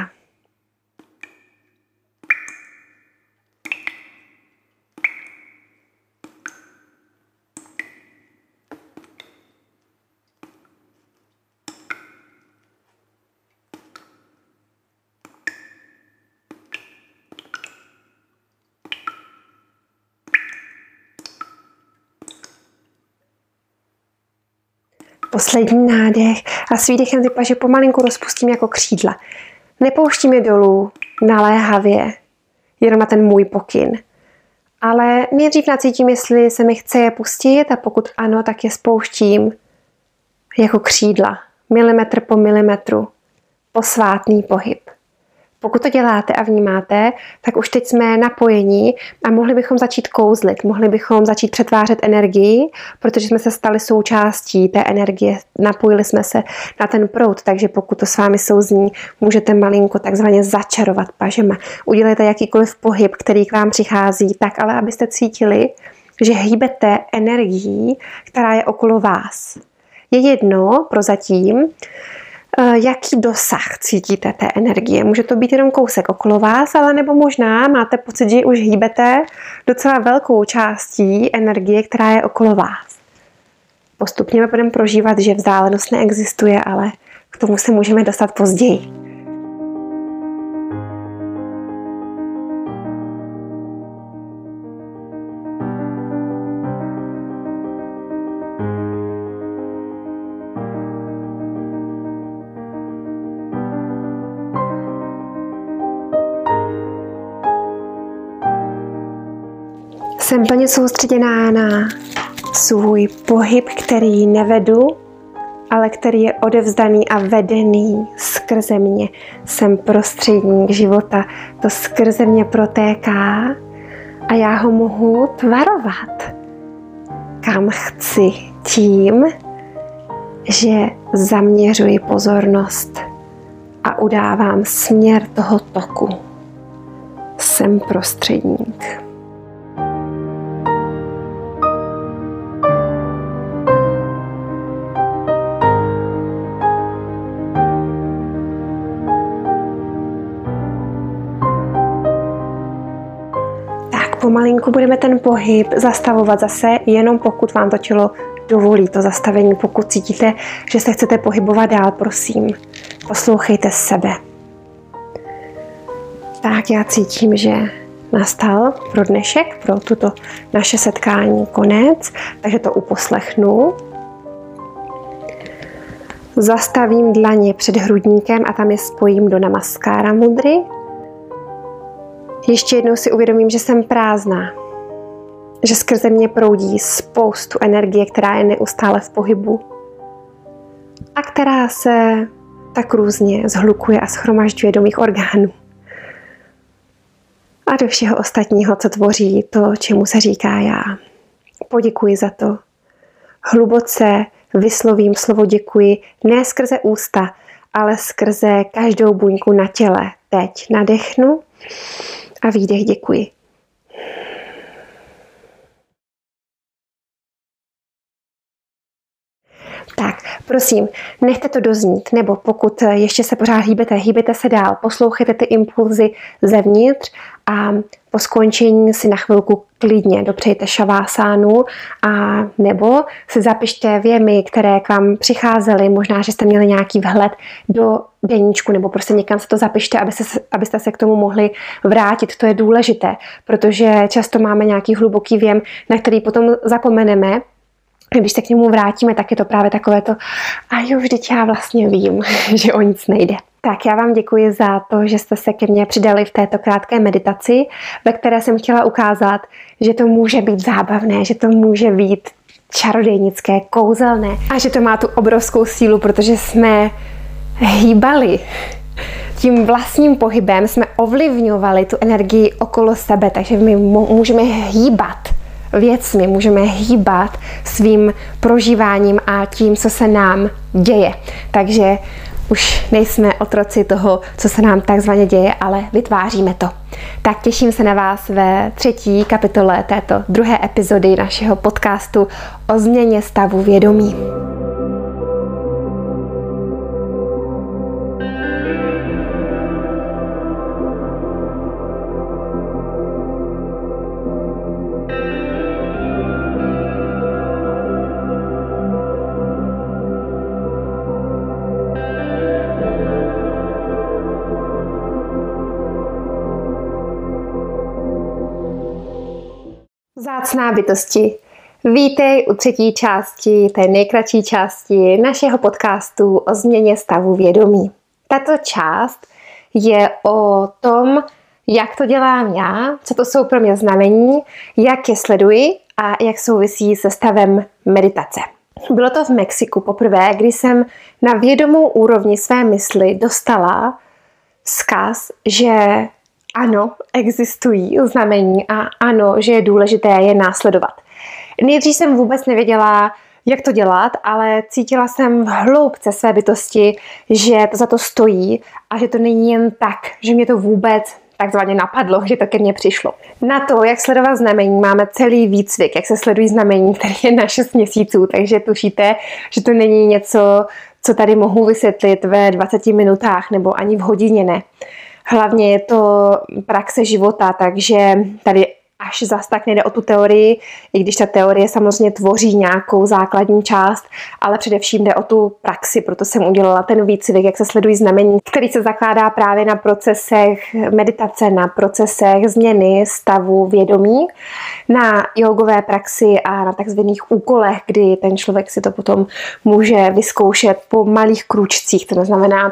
Poslední nádech a s výdechem ty paže pomalinku rozpustím jako křídla. Nepouštím je dolů naléhavě, jenom na ten můj pokyn. Ale nejdřív nacítím, jestli se mi chce je pustit a pokud ano, tak je spouštím jako křídla. Milimetr po milimetru. Posvátný pohyb. Pokud to děláte a vnímáte, tak už teď jsme napojení a mohli bychom začít kouzlit, mohli bychom začít přetvářet energii, protože jsme se stali součástí té energie, napojili jsme se na ten proud, takže pokud to s vámi souzní, můžete malinko takzvaně začarovat pažema. Udělejte jakýkoliv pohyb, který k vám přichází, tak ale abyste cítili, že hýbete energií, která je okolo vás. Je jedno prozatím, jaký dosah cítíte té energie. Může to být jenom kousek okolo vás, ale nebo možná máte pocit, že už hýbete docela velkou částí energie, která je okolo vás. Postupně budeme prožívat, že vzdálenost neexistuje, ale k tomu se můžeme dostat později. Jsem plně soustředěná na svůj pohyb, který nevedu, ale který je odevzdaný a vedený skrze mě. Jsem prostředník života, to skrze mě protéká a já ho mohu tvarovat, kam chci tím, že zaměřuji pozornost a udávám směr toho toku. Jsem prostředník. Pomalinku budeme ten pohyb zastavovat zase, jenom pokud vám to tělo dovolí to zastavení. Pokud cítíte, že se chcete pohybovat dál, prosím, poslouchejte sebe. Tak já cítím, že nastal pro dnešek, pro tuto naše setkání konec, takže to uposlechnu. Zastavím dlaně před hrudníkem a tam je spojím do Namaskára mudry. Ještě jednou si uvědomím, že jsem prázdná, že skrze mě proudí spoustu energie, která je neustále v pohybu a která se tak různě zhlukuje a shromažďuje do mých orgánů. a do všeho ostatního, co tvoří to, čemu se říká já. Poděkuji za to. Hluboce vyslovím slovo děkuji ne skrze ústa, ale skrze každou buňku na těle. Teď nadechnu a výdech děkuji. Tak, prosím, nechte to doznít, nebo pokud ještě se pořád hýbete se dál, poslouchejte ty impulzy zevnitř a po skončení si na chvilku klidně dopřejte šavásánu a nebo si zapište věmy, které k vám přicházely, možná, že jste měli nějaký vhled do deníčku, nebo prostě někam se to zapište, abyste se k tomu mohli vrátit. To je důležité, protože často máme nějaký hluboký věm, na který potom zapomeneme. Když se k němu vrátíme, tak je to právě takové to a jo, vždyť já vlastně vím, že o nic nejde. Tak já vám děkuji za to, že jste se ke mně přidali v této krátké meditaci, ve které jsem chtěla ukázat, že to může být zábavné, že to může být čarodějnické, kouzelné a že to má tu obrovskou sílu, protože jsme hýbali. Tím vlastním pohybem jsme ovlivňovali tu energii okolo sebe, takže my můžeme hýbat věcmi, můžeme hýbat svým prožíváním a tím, co se nám děje. Takže už nejsme otroci toho, co se nám takzvaně děje, ale vytváříme to. Tak těším se na vás ve 3. kapitole této 2. epizody našeho podcastu o změně stavu vědomí. Vzácná bytosti, vítej u 3. části, té nejkratší části našeho podcastu o změně stavu vědomí. Tato část je o tom, jak to dělám já, co to jsou pro mě znamení, jak je sleduji a jak souvisí se stavem meditace. Bylo to v Mexiku poprvé, kdy jsem na vědomou úrovni své mysli dostala vzkaz, že ano, existují znamení a ano, že je důležité je následovat. Nejdřív jsem vůbec nevěděla, jak to dělat, ale cítila jsem v hloubce své bytosti, že to za to stojí a že to není jen tak, že mě to vůbec takzvaně napadlo, že to ke mně přišlo. Na to, jak sledovat znamení, máme celý výcvik, jak se sledují znamení, který je na 6 měsíců, takže tušíte, že to není něco, co tady mohu vysvětlit ve 20 minutách nebo ani v hodině ne. Hlavně je to praxe života, takže tady až zas tak nejde o tu teorii, i když ta teorie samozřejmě tvoří nějakou základní část, ale především jde o tu praxi, proto jsem udělala ten výcvik, jak se sledují znamení, který se zakládá právě na procesech meditace, na procesech změny stavu vědomí, na jogové praxi a na takzvaných úkolech, kdy ten člověk si to potom může vyzkoušet po malých krůčcích. To neznamená,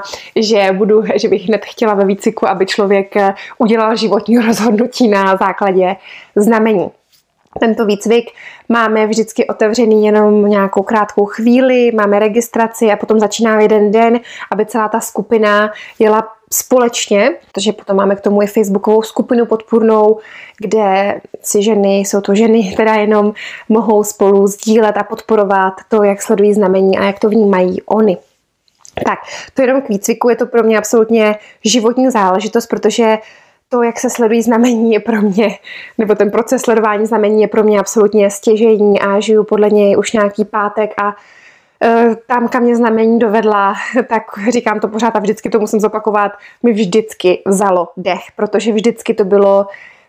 že bych hned chtěla ve výcviku, aby člověk udělal životní rozhodnutí na základě znamení. Tento výcvik máme vždycky otevřený jenom nějakou krátkou chvíli, máme registraci a potom začíná jeden den, aby celá ta skupina jela společně, protože potom máme k tomu i facebookovou skupinu podpůrnou, kde si ženy, jsou to ženy, která jenom mohou spolu sdílet a podporovat to, jak sledují znamení a jak to vnímají oni. Tak, to jenom k výcviku, je to pro mě absolutně životní záležitost, protože to, jak se sledují znamení, je pro mě, nebo ten proces sledování znamení je pro mě absolutně stěžejní a žiju podle něj už nějaký pátek a tam, kam mě znamení dovedla, tak říkám to pořád a vždycky to musím zopakovat, mi vždycky vzalo dech, protože vždycky to bylo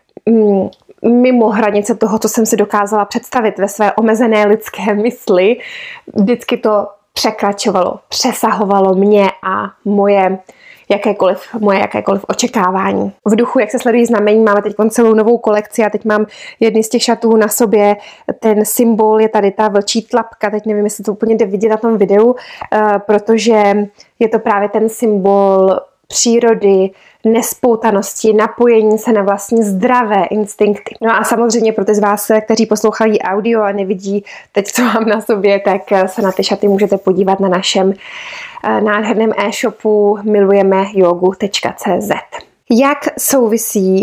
mimo hranice toho, co jsem si dokázala představit ve své omezené lidské mysli. Vždycky to překračovalo, přesahovalo mě a moje jakékoliv očekávání. V duchu, jak se sledují znamení, máme teď celou novou kolekci a teď mám jedny z těch šatů na sobě. Ten symbol je tady ta vlčí tlapka, teď nevím, jestli to úplně jde vidět na tom videu, protože je to právě ten symbol přírody, nespoutanosti, napojení se na vlastní zdravé instinkty. No a samozřejmě pro ty z vás, kteří poslouchají audio a nevidí teď, co mám na sobě, tak se na ty šaty můžete podívat na našem nádherném e-shopu milujemejogu.cz. Jak souvisí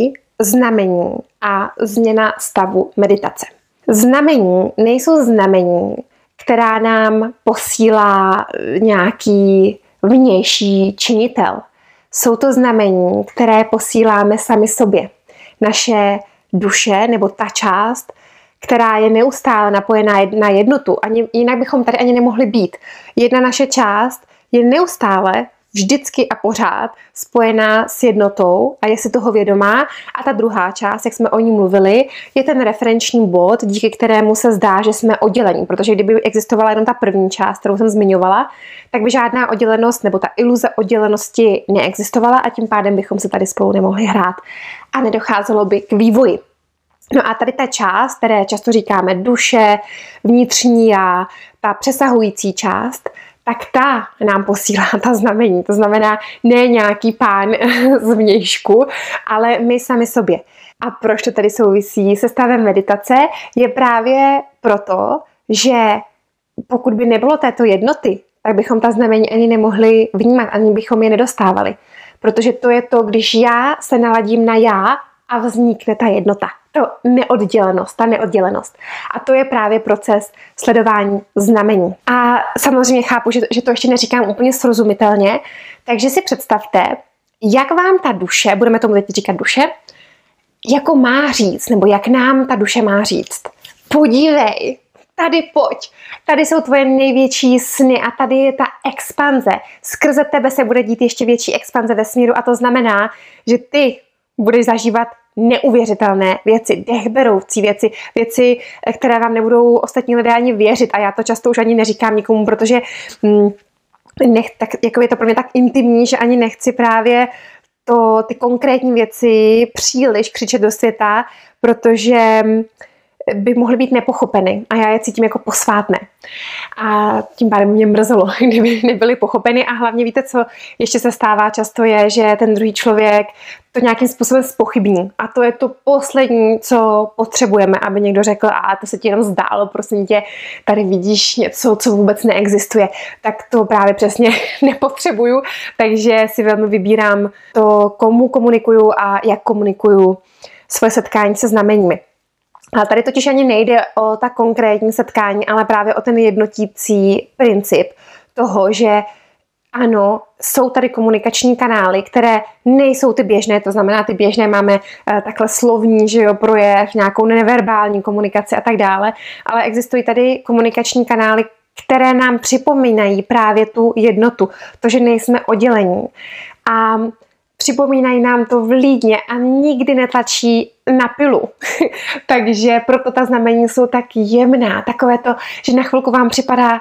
znamení a změna stavu meditace. Znamení nejsou znamení, která nám posílá nějaký vnější činitel. Jsou to znamení, které posíláme sami sobě. Naše duše nebo ta část, která je neustále napojená na jednotu, jinak bychom tady ani nemohli být. Jedna naše část je neustále vždycky a pořád spojená s jednotou a je si toho vědomá, a ta druhá část, jak jsme o ní mluvili, je ten referenční bod, díky kterému se zdá, že jsme oddělení, protože kdyby existovala jenom ta první část, kterou jsem zmiňovala, tak by žádná oddělenost nebo ta iluze oddělenosti neexistovala a tím pádem bychom se tady spolu nemohli hrát a nedocházelo by k vývoji. No a tady ta část, které často říkáme duše, vnitřní já, ta přesahující část, tak ta nám posílá ta znamení. To znamená ne nějaký pán z vnějšku, ale my sami sobě. A proč to tady souvisí se stavem meditace? Je právě proto, že pokud by nebylo této jednoty, tak bychom ta znamení ani nemohli vnímat, ani bychom je nedostávali. Protože to je to, když já se naladím na já a vznikne ta jednota. Ta neoddělenost. A to je právě proces sledování znamení. A samozřejmě chápu, že to ještě neříkám úplně srozumitelně, takže si představte, jak vám ta duše, budeme tomu teď říkat duše, jako má říct, nebo jak nám ta duše má říct. Podívej, tady pojď, tady jsou tvoje největší sny a tady je ta expanze. Skrze tebe se bude dít ještě větší expanze vesmíru a to znamená, že ty budeš zažívat neuvěřitelné věci, dechberoucí věci, které vám nebudou ostatní lidé ani věřit. A já to často už ani neříkám nikomu, protože je to pro mě tak intimní, že ani nechci právě ty konkrétní věci příliš křičet do světa, protože by mohly být nepochopeny a já je cítím jako posvátné. A tím pádem mě mrzelo, kdyby nebyly pochopeny a hlavně víte, co ještě se stává často je, že ten druhý člověk to nějakým způsobem zpochybní a to je to poslední, co potřebujeme, aby někdo řekl, a to se ti jenom zdálo, prosím tě, tady vidíš něco, co vůbec neexistuje, tak to právě přesně nepotřebuju, takže si velmi vybírám to, komu komunikuju a jak komunikuju svoje setkání se znameními. A tady totiž ani nejde o ta konkrétní setkání, ale právě o ten jednotící princip toho, že ano, jsou tady komunikační kanály, které nejsou ty běžné, to znamená, ty běžné máme takhle slovní, že jo, projev, nějakou neverbální komunikaci a tak dále, ale existují tady komunikační kanály, které nám připomínají právě tu jednotu, to, že nejsme oddělení. A připomínají nám to vlídně a nikdy netlačí na pilu. Takže proto ta znamení jsou tak jemná. Takové to, že na chvilku vám připadá,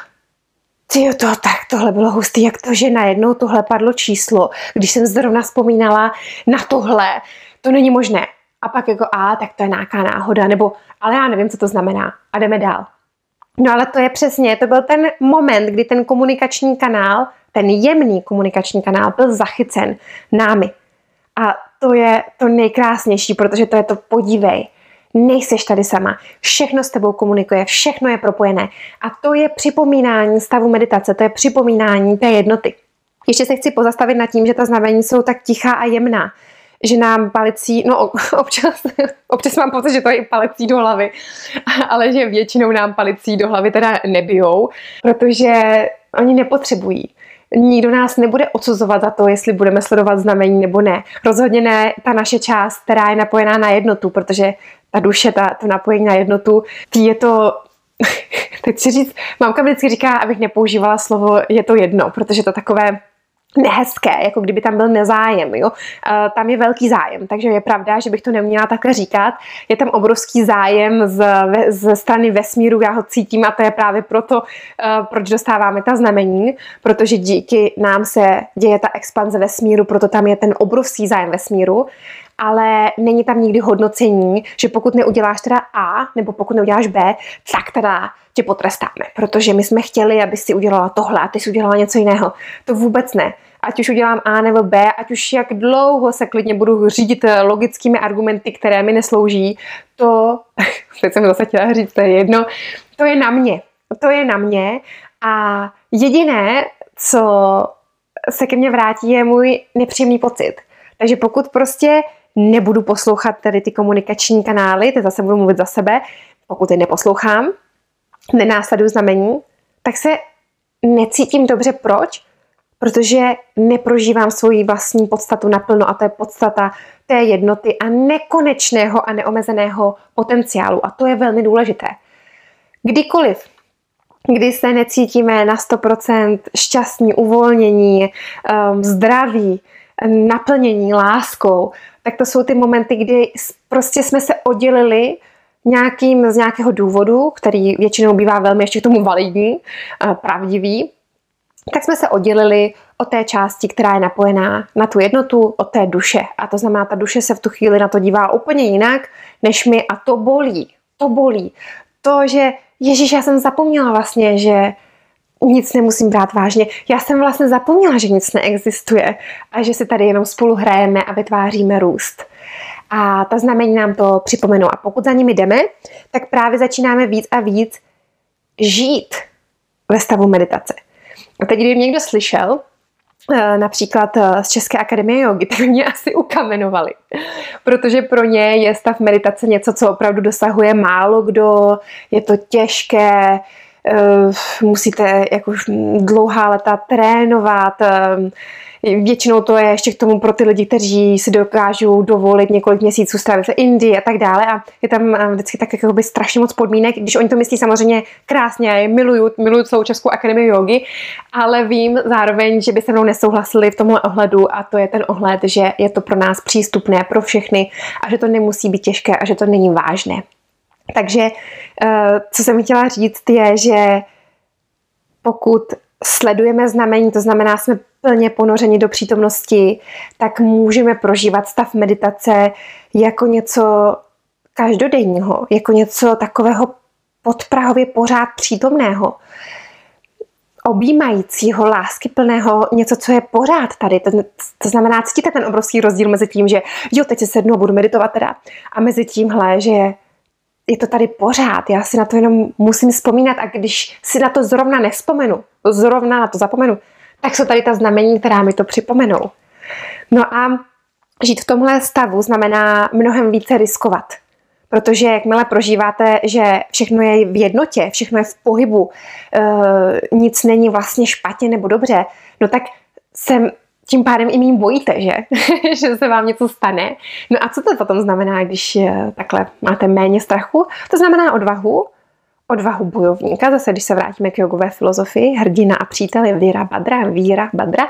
tohle bylo hustý, jak to, že najednou tohle padlo číslo, když jsem zrovna vzpomínala na tohle, to není možné. A pak jako, tak to je nějaká náhoda, nebo, ale já nevím, co to znamená. A jdeme dál. No ale to byl ten moment, kdy ten komunikační kanál, ten jemný komunikační kanál byl zachycen námi. A to je to nejkrásnější, protože to je to podívej. Nejseš tady sama. Všechno s tebou komunikuje, všechno je propojené. A to je připomínání stavu meditace, to je připomínání té jednoty. Ještě se chci pozastavit nad tím, že ta znamení jsou tak tichá a jemná, že nám palicí, občas mám pocit, že to je i palicí do hlavy, ale že většinou nám palicí do hlavy teda nebijou, protože oni nepotřebují. Nikdo nás nebude odsuzovat za to, jestli budeme sledovat znamení nebo ne. Rozhodně ne ta naše část, která je napojená na jednotu, protože ta duše, to napojení na jednotu, je to, teď si říct, mamka vždycky říká, abych nepoužívala slovo je to jedno, protože to takové nehezké, jako kdyby tam byl nezájem. Jo? Tam je velký zájem, takže je pravda, že bych to neměla takhle říkat. Je tam obrovský zájem ze strany vesmíru, já ho cítím a to je právě proto, proč dostáváme ta znamení, protože díky nám se děje ta expanze vesmíru, proto tam je ten obrovský zájem vesmíru, ale není tam nikdy hodnocení, že pokud neuděláš teda A, nebo pokud neuděláš B, tak teda tě potrestáme, protože my jsme chtěli, aby si udělala tohle a ty si udělala něco jiného. To vůbec ne. Ať už udělám A nebo B, ať už jak dlouho se klidně budu řídit logickými argumenty, které mi neslouží, teď jsem zase chtěla říct, to je jedno, to je na mě. To je na mě a jediné, co se ke mně vrátí, je můj nepříjemný pocit. Takže pokud prostě nebudu poslouchat tady ty komunikační kanály, teď zase budu mluvit za sebe, pokud je neposlouchám, nenásleduju znamení, tak se necítím dobře. Proč? Protože neprožívám svoji vlastní podstatu naplno a to je podstata té jednoty a nekonečného a neomezeného potenciálu. A to je velmi důležité. Kdykoliv, kdy se necítíme na 100% šťastní, uvolnění, zdraví, naplnění láskou, tak to jsou ty momenty, kdy prostě jsme se oddělili z nějakého důvodu, který většinou bývá velmi ještě k tomu validní, pravdivý, tak jsme se oddělili od té části, která je napojená na tu jednotu, od té duše. A to znamená, ta duše se v tu chvíli na to dívá úplně jinak, než my a to bolí. To bolí. To, že Ježíš, já jsem zapomněla vlastně, že nic nemusím brát vážně. Já jsem vlastně zapomněla, že nic neexistuje a že si tady jenom spolu hrajeme a vytváříme růst. A ta znamení nám to připomenou. A pokud za nimi jdeme, tak právě začínáme víc a víc žít ve stavu meditace. A teď, kdyby někdo slyšel, například z České akademie jógy, tak mě asi ukamenovali. Protože pro ně je stav meditace něco, co opravdu dosahuje málo kdo, je to těžké, musíte jako dlouhá léta trénovat, většinou to je ještě k tomu pro ty lidi, kteří si dokážou dovolit několik měsíců strávit v Indii a tak dále a je tam vždycky tak jakoby strašně moc podmínek, když oni to myslí samozřejmě krásně, miluju celou Českou akademii jógy, ale vím zároveň, že by se mnou nesouhlasili v tomhle ohledu a to je ten ohled, že je to pro nás přístupné, pro všechny a že to nemusí být těžké a že to není vážné. Takže co jsem chtěla říct je, že pokud sledujeme znamení, to znamená, jsme plně ponořeni do přítomnosti, tak můžeme prožívat stav meditace jako něco každodenního, jako něco takového podprahově pořád přítomného, objímajícího, láskyplného, něco, co je pořád tady. To znamená, cítíte ten obrovský rozdíl mezi tím, že jo, teď se sednu a budu meditovat teda, a mezi tímhle, že je to tady pořád, já si na to jenom musím vzpomínat a když si na to zrovna nevzpomenu, zrovna na to zapomenu, tak jsou tady ta znamení, která mi to připomenou. No a žít v tomhle stavu znamená mnohem více riskovat. Protože jakmile prožíváte, že všechno je v jednotě, všechno je v pohybu, nic není vlastně špatně nebo dobře, no tak tím pádem i méně bojíte, že? Že se vám něco stane. No a co to potom znamená, když takhle máte méně strachu? To znamená odvahu bojovníka. Zase, když se vrátíme k jogové filozofii, hrdina a přítel je víra badra.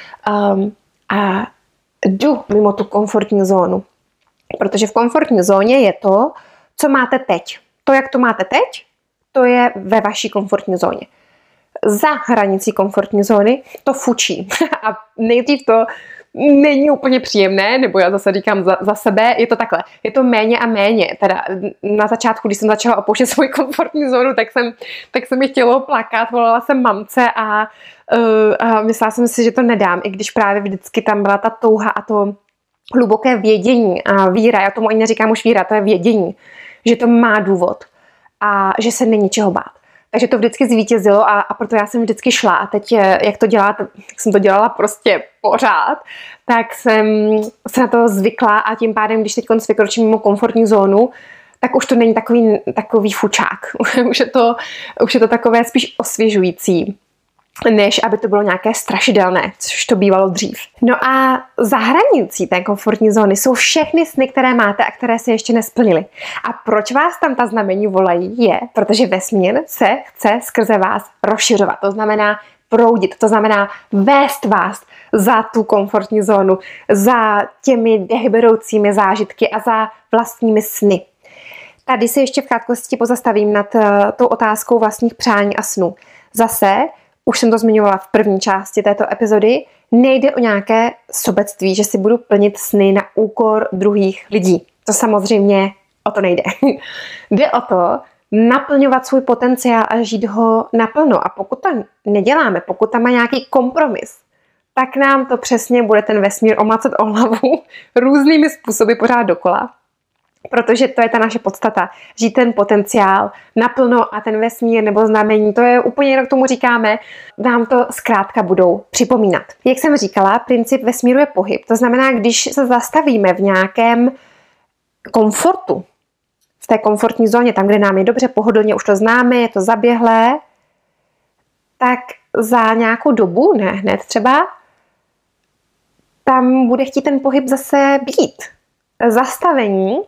A jdu mimo tu komfortní zónu. Protože v komfortní zóně je to, co máte teď. To, jak to máte teď, to je ve vaší komfortní zóně. Za hranicí komfortní zóny to fučí. A nejdřív to není úplně příjemné, nebo já zase říkám za sebe, je to takhle. Je to méně a méně. Teda na začátku, když jsem začala opouštět svoji komfortní zónu, tak se mi chtělo plakat, volala jsem mamce a myslela jsem si, že to nedám, i když právě vždycky tam byla ta touha a to hluboké vědění a víra. Já tomu ani neříkám už víra, to je vědění, že to má důvod a že se není čeho bát. Takže to vždycky zvítězilo a proto já jsem vždycky šla a teď, jak jsem to dělala prostě pořád, tak jsem se na to zvykla a tím pádem, když teď vykročím mimo komfortní zónu, tak už to není takový fučák. už je to takové spíš osvěžující, než aby to bylo nějaké strašidelné, což to bývalo dřív. No a za hranicí té komfortní zóny jsou všechny sny, které máte a které se ještě nesplnily. A proč vás tam ta znamení volají? Je, protože vesmír se chce skrze vás rozšiřovat. To znamená proudit, to znamená vést vás za tu komfortní zónu, za těmi dechberoucími zážitky a za vlastními sny. Tady se ještě v krátkosti pozastavím nad tou otázkou vlastních přání a snů. Zase, už jsem to zmiňovala v první části této epizody, nejde o nějaké sobectví, že si budu plnit sny na úkor druhých lidí. To samozřejmě o to nejde. Jde o to naplňovat svůj potenciál a žít ho naplno. A pokud to neděláme, pokud tam má nějaký kompromis, tak nám to přesně bude ten vesmír omlacet o hlavu různými způsoby pořád dokola. Protože to je ta naše podstata. Žít ten potenciál naplno a ten vesmír nebo znamení, to je úplně jinak tomu říkáme, nám to zkrátka budou připomínat. Jak jsem říkala, princip vesmíru je pohyb. To znamená, když se zastavíme v nějakém komfortu, v té komfortní zóně, tam, kde nám je dobře, pohodlně, už to známe, je to zaběhlé, tak za nějakou dobu, ne hned třeba, tam bude chtít ten pohyb zase být. Zastavení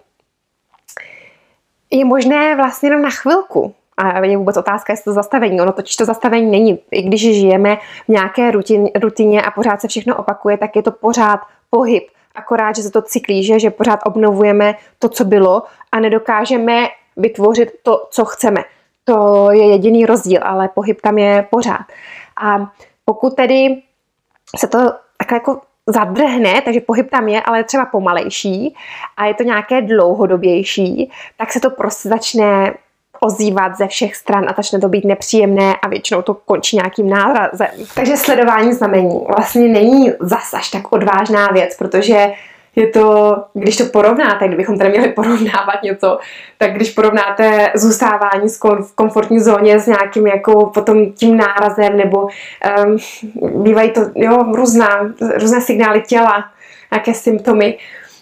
je možné vlastně jenom na chvilku. A je vůbec otázka, jestli to zastavení. Ono totiž to zastavení není. I když žijeme v nějaké rutině a pořád se všechno opakuje, tak je to pořád pohyb. Akorát, že se to cyklí, že pořád obnovujeme to, co bylo a nedokážeme vytvořit to, co chceme. To je jediný rozdíl, ale pohyb tam je pořád. A pokud tedy se to takhle jako zadrhne, takže pohyb tam je, ale třeba pomalejší a je to nějaké dlouhodobější, tak se to prostě začne ozývat ze všech stran a začne to být nepříjemné a většinou to končí nějakým nárazem. Takže sledování znamení vlastně není zas až tak odvážná věc, protože je to, když to porovnáte, kdybychom tady měli porovnávat něco, tak když porovnáte zůstávání v komfortní zóně s nějakým jako potom tím nárazem nebo bývají to různé signály těla, nějaké symptomy,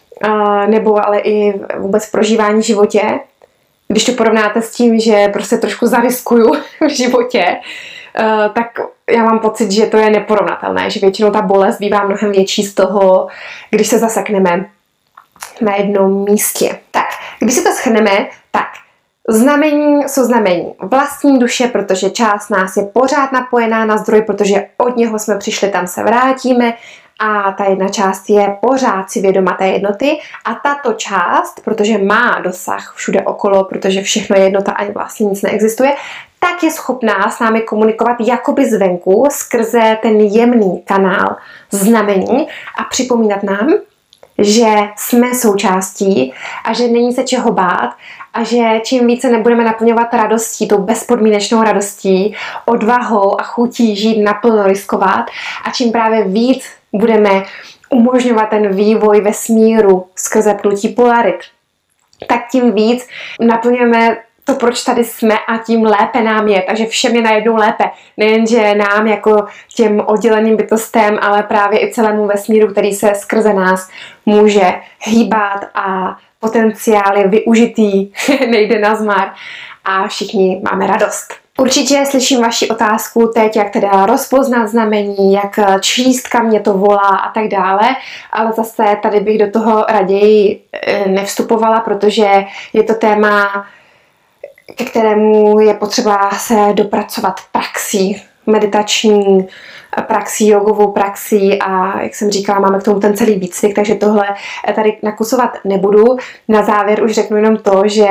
nebo ale i vůbec prožívání v životě. Když to porovnáte s tím, že prostě trošku zariskuju v životě, tak já mám pocit, že to je neporovnatelné, že většinou ta bolest bývá mnohem větší z toho, když se zasekneme na jednom místě. Tak, když si to shrneme, tak znamení jsou znamení vlastní duše, protože část nás je pořád napojená na zdroj, protože od něho jsme přišli, tam se vrátíme a ta jedna část je pořád si vědoma té jednoty a tato část, protože má dosah všude okolo, protože všechno je jednota a vlastně nic neexistuje, tak je schopná s námi komunikovat jakoby zvenku skrze ten jemný kanál znamení a připomínat nám, že jsme součástí a že není se čeho bát a že čím více nebudeme naplňovat radostí, tou bezpodmínečnou radostí, odvahou a chutí žít naplno, riskovat a čím právě víc budeme umožňovat ten vývoj vesmíru skrze pnutí polarit, tak tím víc naplňujeme to, proč tady jsme a tím lépe nám je. Takže všem je najednou lépe. Nejenže nám jako těm odděleným bytostem, ale právě i celému vesmíru, který se skrze nás může hýbat a potenciál je využitý, nejde na zmar a všichni máme radost. Určitě slyším vaši otázku teď, jak teda rozpoznat znamení, jak číst, kam mě to volá a tak dále, ale zase tady bych do toho raději nevstupovala, protože je to téma, ke kterému je potřeba se dopracovat praxí, meditační praxí, jogovou praxí a jak jsem říkala, máme k tomu ten celý výcvik, takže tohle tady nakusovat nebudu. Na závěr už řeknu jenom to, že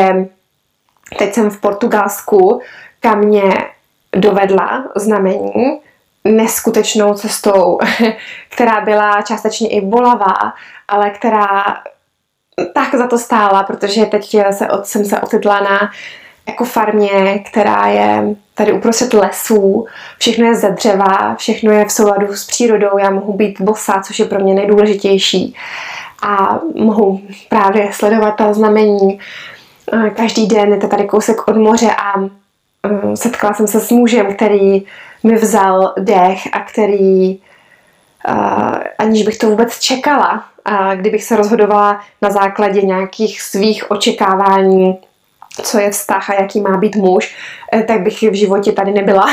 teď jsem v Portugalsku, kam mě dovedla znamení neskutečnou cestou, která byla částečně i bolavá, ale která tak za to stála, protože teď jsem se ocitla na ekofarmě, která je tady uprostřed lesů, všechno je ze dřeva, všechno je v souladu s přírodou, já mohu být bosá, což je pro mě nejdůležitější a mohu právě sledovat ta znamení. Každý den je to tady kousek od moře a setkala jsem se s mužem, který mi vzal dech a který, aniž bych to vůbec čekala, a kdybych se rozhodovala na základě nějakých svých očekávání, co je vztah a jaký má být muž, tak bych v životě tady nebyla.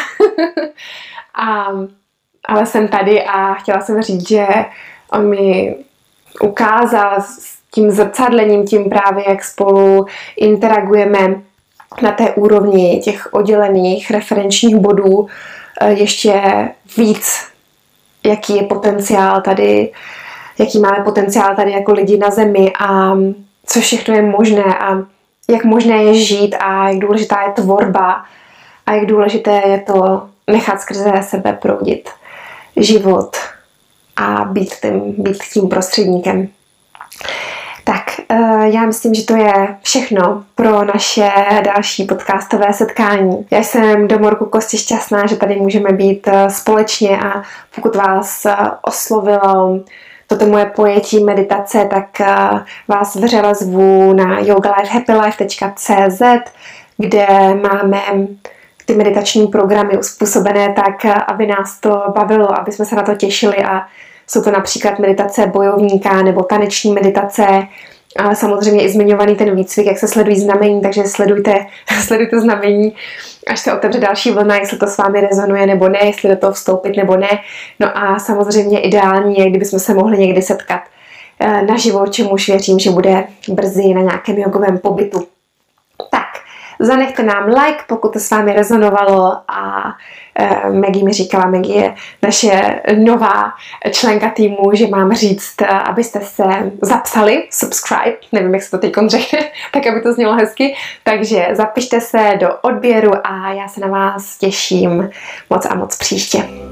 Ale jsem tady a chtěla jsem říct, že on mi ukázal s tím zrcadlením, tím právě, jak spolu interagujeme na té úrovni těch oddělených referenčních bodů, ještě víc, jaký je potenciál tady, jaký máme potenciál tady jako lidi na zemi a co všechno je možné a jak možné je žít a jak důležitá je tvorba a jak důležité je to nechat skrze sebe proudit život a být tím prostředníkem. Tak, já myslím, že to je všechno pro naše další podcastové setkání. Já jsem do morku kosti šťastná, že tady můžeme být společně a pokud vás oslovilo toto moje pojetí meditace, tak vás vřele zvu na yogalifehappylife.cz, kde máme ty meditační programy uspůsobené tak, aby nás to bavilo, aby jsme se na to těšili, a jsou to například meditace bojovníka nebo taneční meditace, ale samozřejmě i zmiňovaný ten výcvik, jak se sledují znamení, takže sledujte znamení, až se otevře další vlna, jestli to s vámi rezonuje nebo ne, jestli do toho vstoupit nebo ne. No a samozřejmě ideální je, kdybychom se mohli někdy setkat naživo, čemuž věřím, že bude brzy na nějakém jogovém pobytu. Tak, zanechte nám like, pokud to s vámi rezonovalo, a Maggie mi říkala, Maggie je naše nová členka týmu, že mám říct, abyste se zapsali, subscribe, nevím, jak se to teď řekne, tak aby to znělo hezky, takže zapište se do odběru a já se na vás těším moc a moc příště.